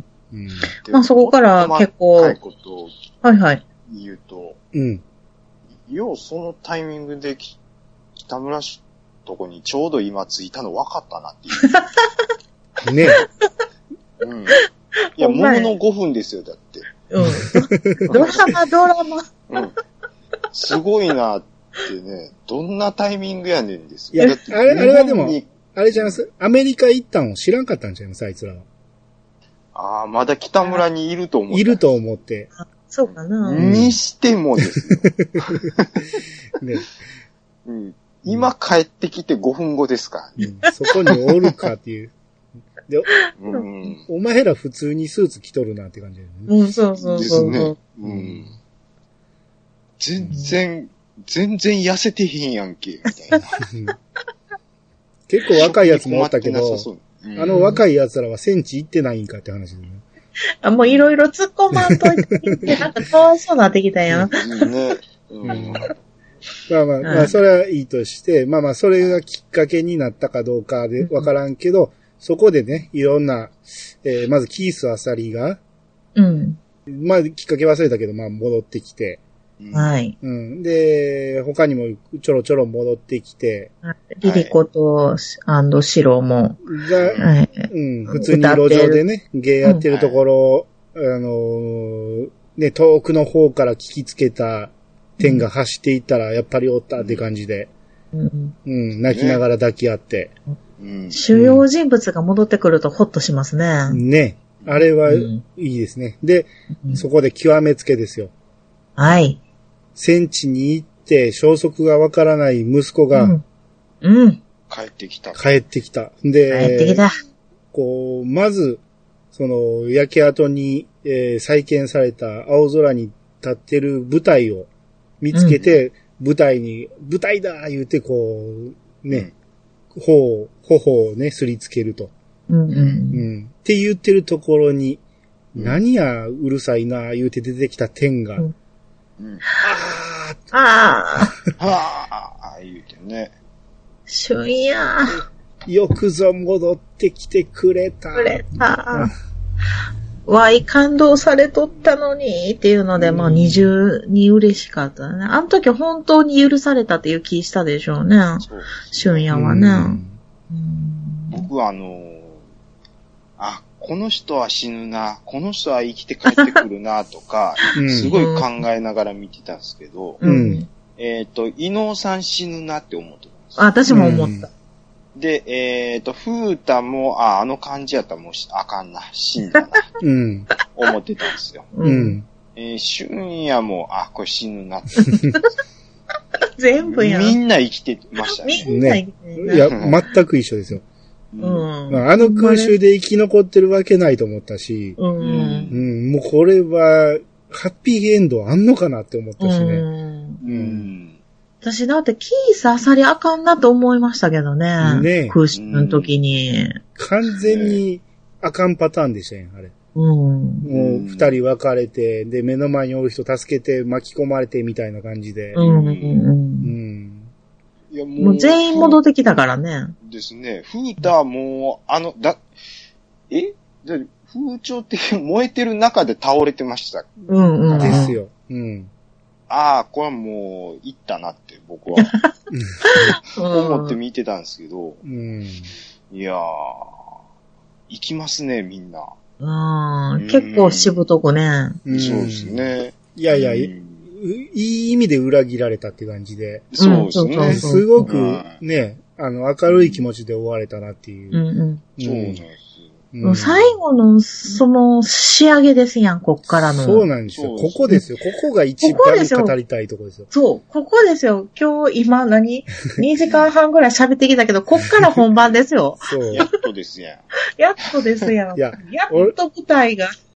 うん、 でまあそこから結構、 はいことはいはい。 言うと、 うん。 ようそのタイミングで北村氏のとこにちょうど今着いたの分かったなっていう。 ねえ。うん。いや、もののごふんですよ、だって。 うん。ドラマ、ドラマ。 うん。すごいなってね、どんなタイミングやねんですよ。いや、あれ、あれはでも、あれじゃいます。アメリカ行ったんを知らんかったんちゃいます、あいつらは。 ああ、まだ北村にいると思って。 いると思って。 そうかな。 にしてもですよ。ね。うん。今帰ってきてごふんごですか、 うん、そこにおるかっていう。で、 うん、 お前ら普通にスーツ着とるなって感じだよね。うん、そうそうそう。 ですね。うん。全然、うん、全然痩せてへんやんけ、みたいな。 結構若いやつもおったけど、うん、あの若いやつらは戦地行ってないんかって話だね。 あ、もういろいろ突っ込まんといて、なんかかわいそうなってきたやん。ね。 うん、まあまあ、まあ、それはいいとして、まあまあ、それがきっかけになったかどうかでわからんけど、うん、そこでね、いろんな、えー、まずキース・アサリが、 うん。 まあ、きっかけ忘れたけど、まあ、戻ってきて、 はい。 うん。で、他にもちょろちょろ戻ってきて、 リリコと、アンドシロも、 が、はい、うん、普通に路上でね、芸やってるところ、うん、あのー、ね、遠くの方から聞きつけた天が走っていったら、やっぱりおったって感じで、うん、うん、泣きながら抱き合って、 うん。主要人物が戻ってくるとホッとしますね。 ね。あれはいいですね。で、うん、そこで極めつけですよ。 はい。 戦地に行って消息がわからない息子が、うん。 うん。 帰ってきた。 帰ってきた。で、 帰ってきた。 こう、まず、その、焼け跡に、えー、再建された青空に立ってる舞台を見つけて、うん、舞台に、舞台だ言うて、こう、ね、うん、頬、頬をね、すりつけると。 うんうん。うん。 って言ってるところに、うん、何や、うるさいな、言うて出てきた天が、うんうん、 ああ。ああ。ああ、言うてね。 旬や。 よくぞ戻ってきてくれた。 くれた。わい、感動されとったのに、っていうので、うん、まあ二重に嬉しかったね。あの時本当に許されたっていう気したでしょうね。そう旬やはね。うん、 僕はあの、あ、この人は死ぬな、この人は生きて帰ってくるな、とか、うん、すごい考えながら見てたんですけど、 うん、 えっ、ー、と、伊能さん死ぬなって思ってたんです。 あ、私も思った。 うん、で、えっ、ー、と、風太も、あ、あの感じやったらもうあかんな、死んだな、 うん、 思ってたんですよ。 うん。 えー、春夜も、あ、これ死ぬなって。 全部やん。 みんな生きてましたね。 みんな生きてる、ね。いや、全く一緒ですよ。 うん、 まあ、あの空襲で生き残ってるわけないと思ったし、 うん、 うん、もうこれは、ハッピーエンドあんのかなって思ったしね。うんうん、私だってキースあさりあかんなと思いましたけどね。 ね空襲の時に。 完全にあかんパターンでしたよ、あれ。 うん、 もう二人別れて、で、目の前におる人助けて巻き込まれてみたいな感じで。 うんうんうんいやもう、 もう全員戻ってきたからね。 ですね。風太はもう、あの、だ、えで風潮って燃えてる中で倒れてました。 うんうん。 ですよ。うん。 ああ、これはもう、いったなって僕は思って見てたんですけど。 うん、 いやー、行きますね、みんな。 うん、結構しぶとくね、 うん。そうですね。 いやいや、うんいい意味で裏切られたって感じで。 そうですね。 すごくね、あの、明るい気持ちで終われたなっていう。 うんうん。 そうなんですよ。最後の、その、仕上げですやん、こっからの。 そうなんですよ。ここですよ。ここが一番語りたいとこですよ。 そう、ここですよ。今日、今何、にじかんはんぐらい喋ってきたけど、こっから本番ですよ。 そう。 やっとですやん。 やっとですやん。いや、やっと舞台が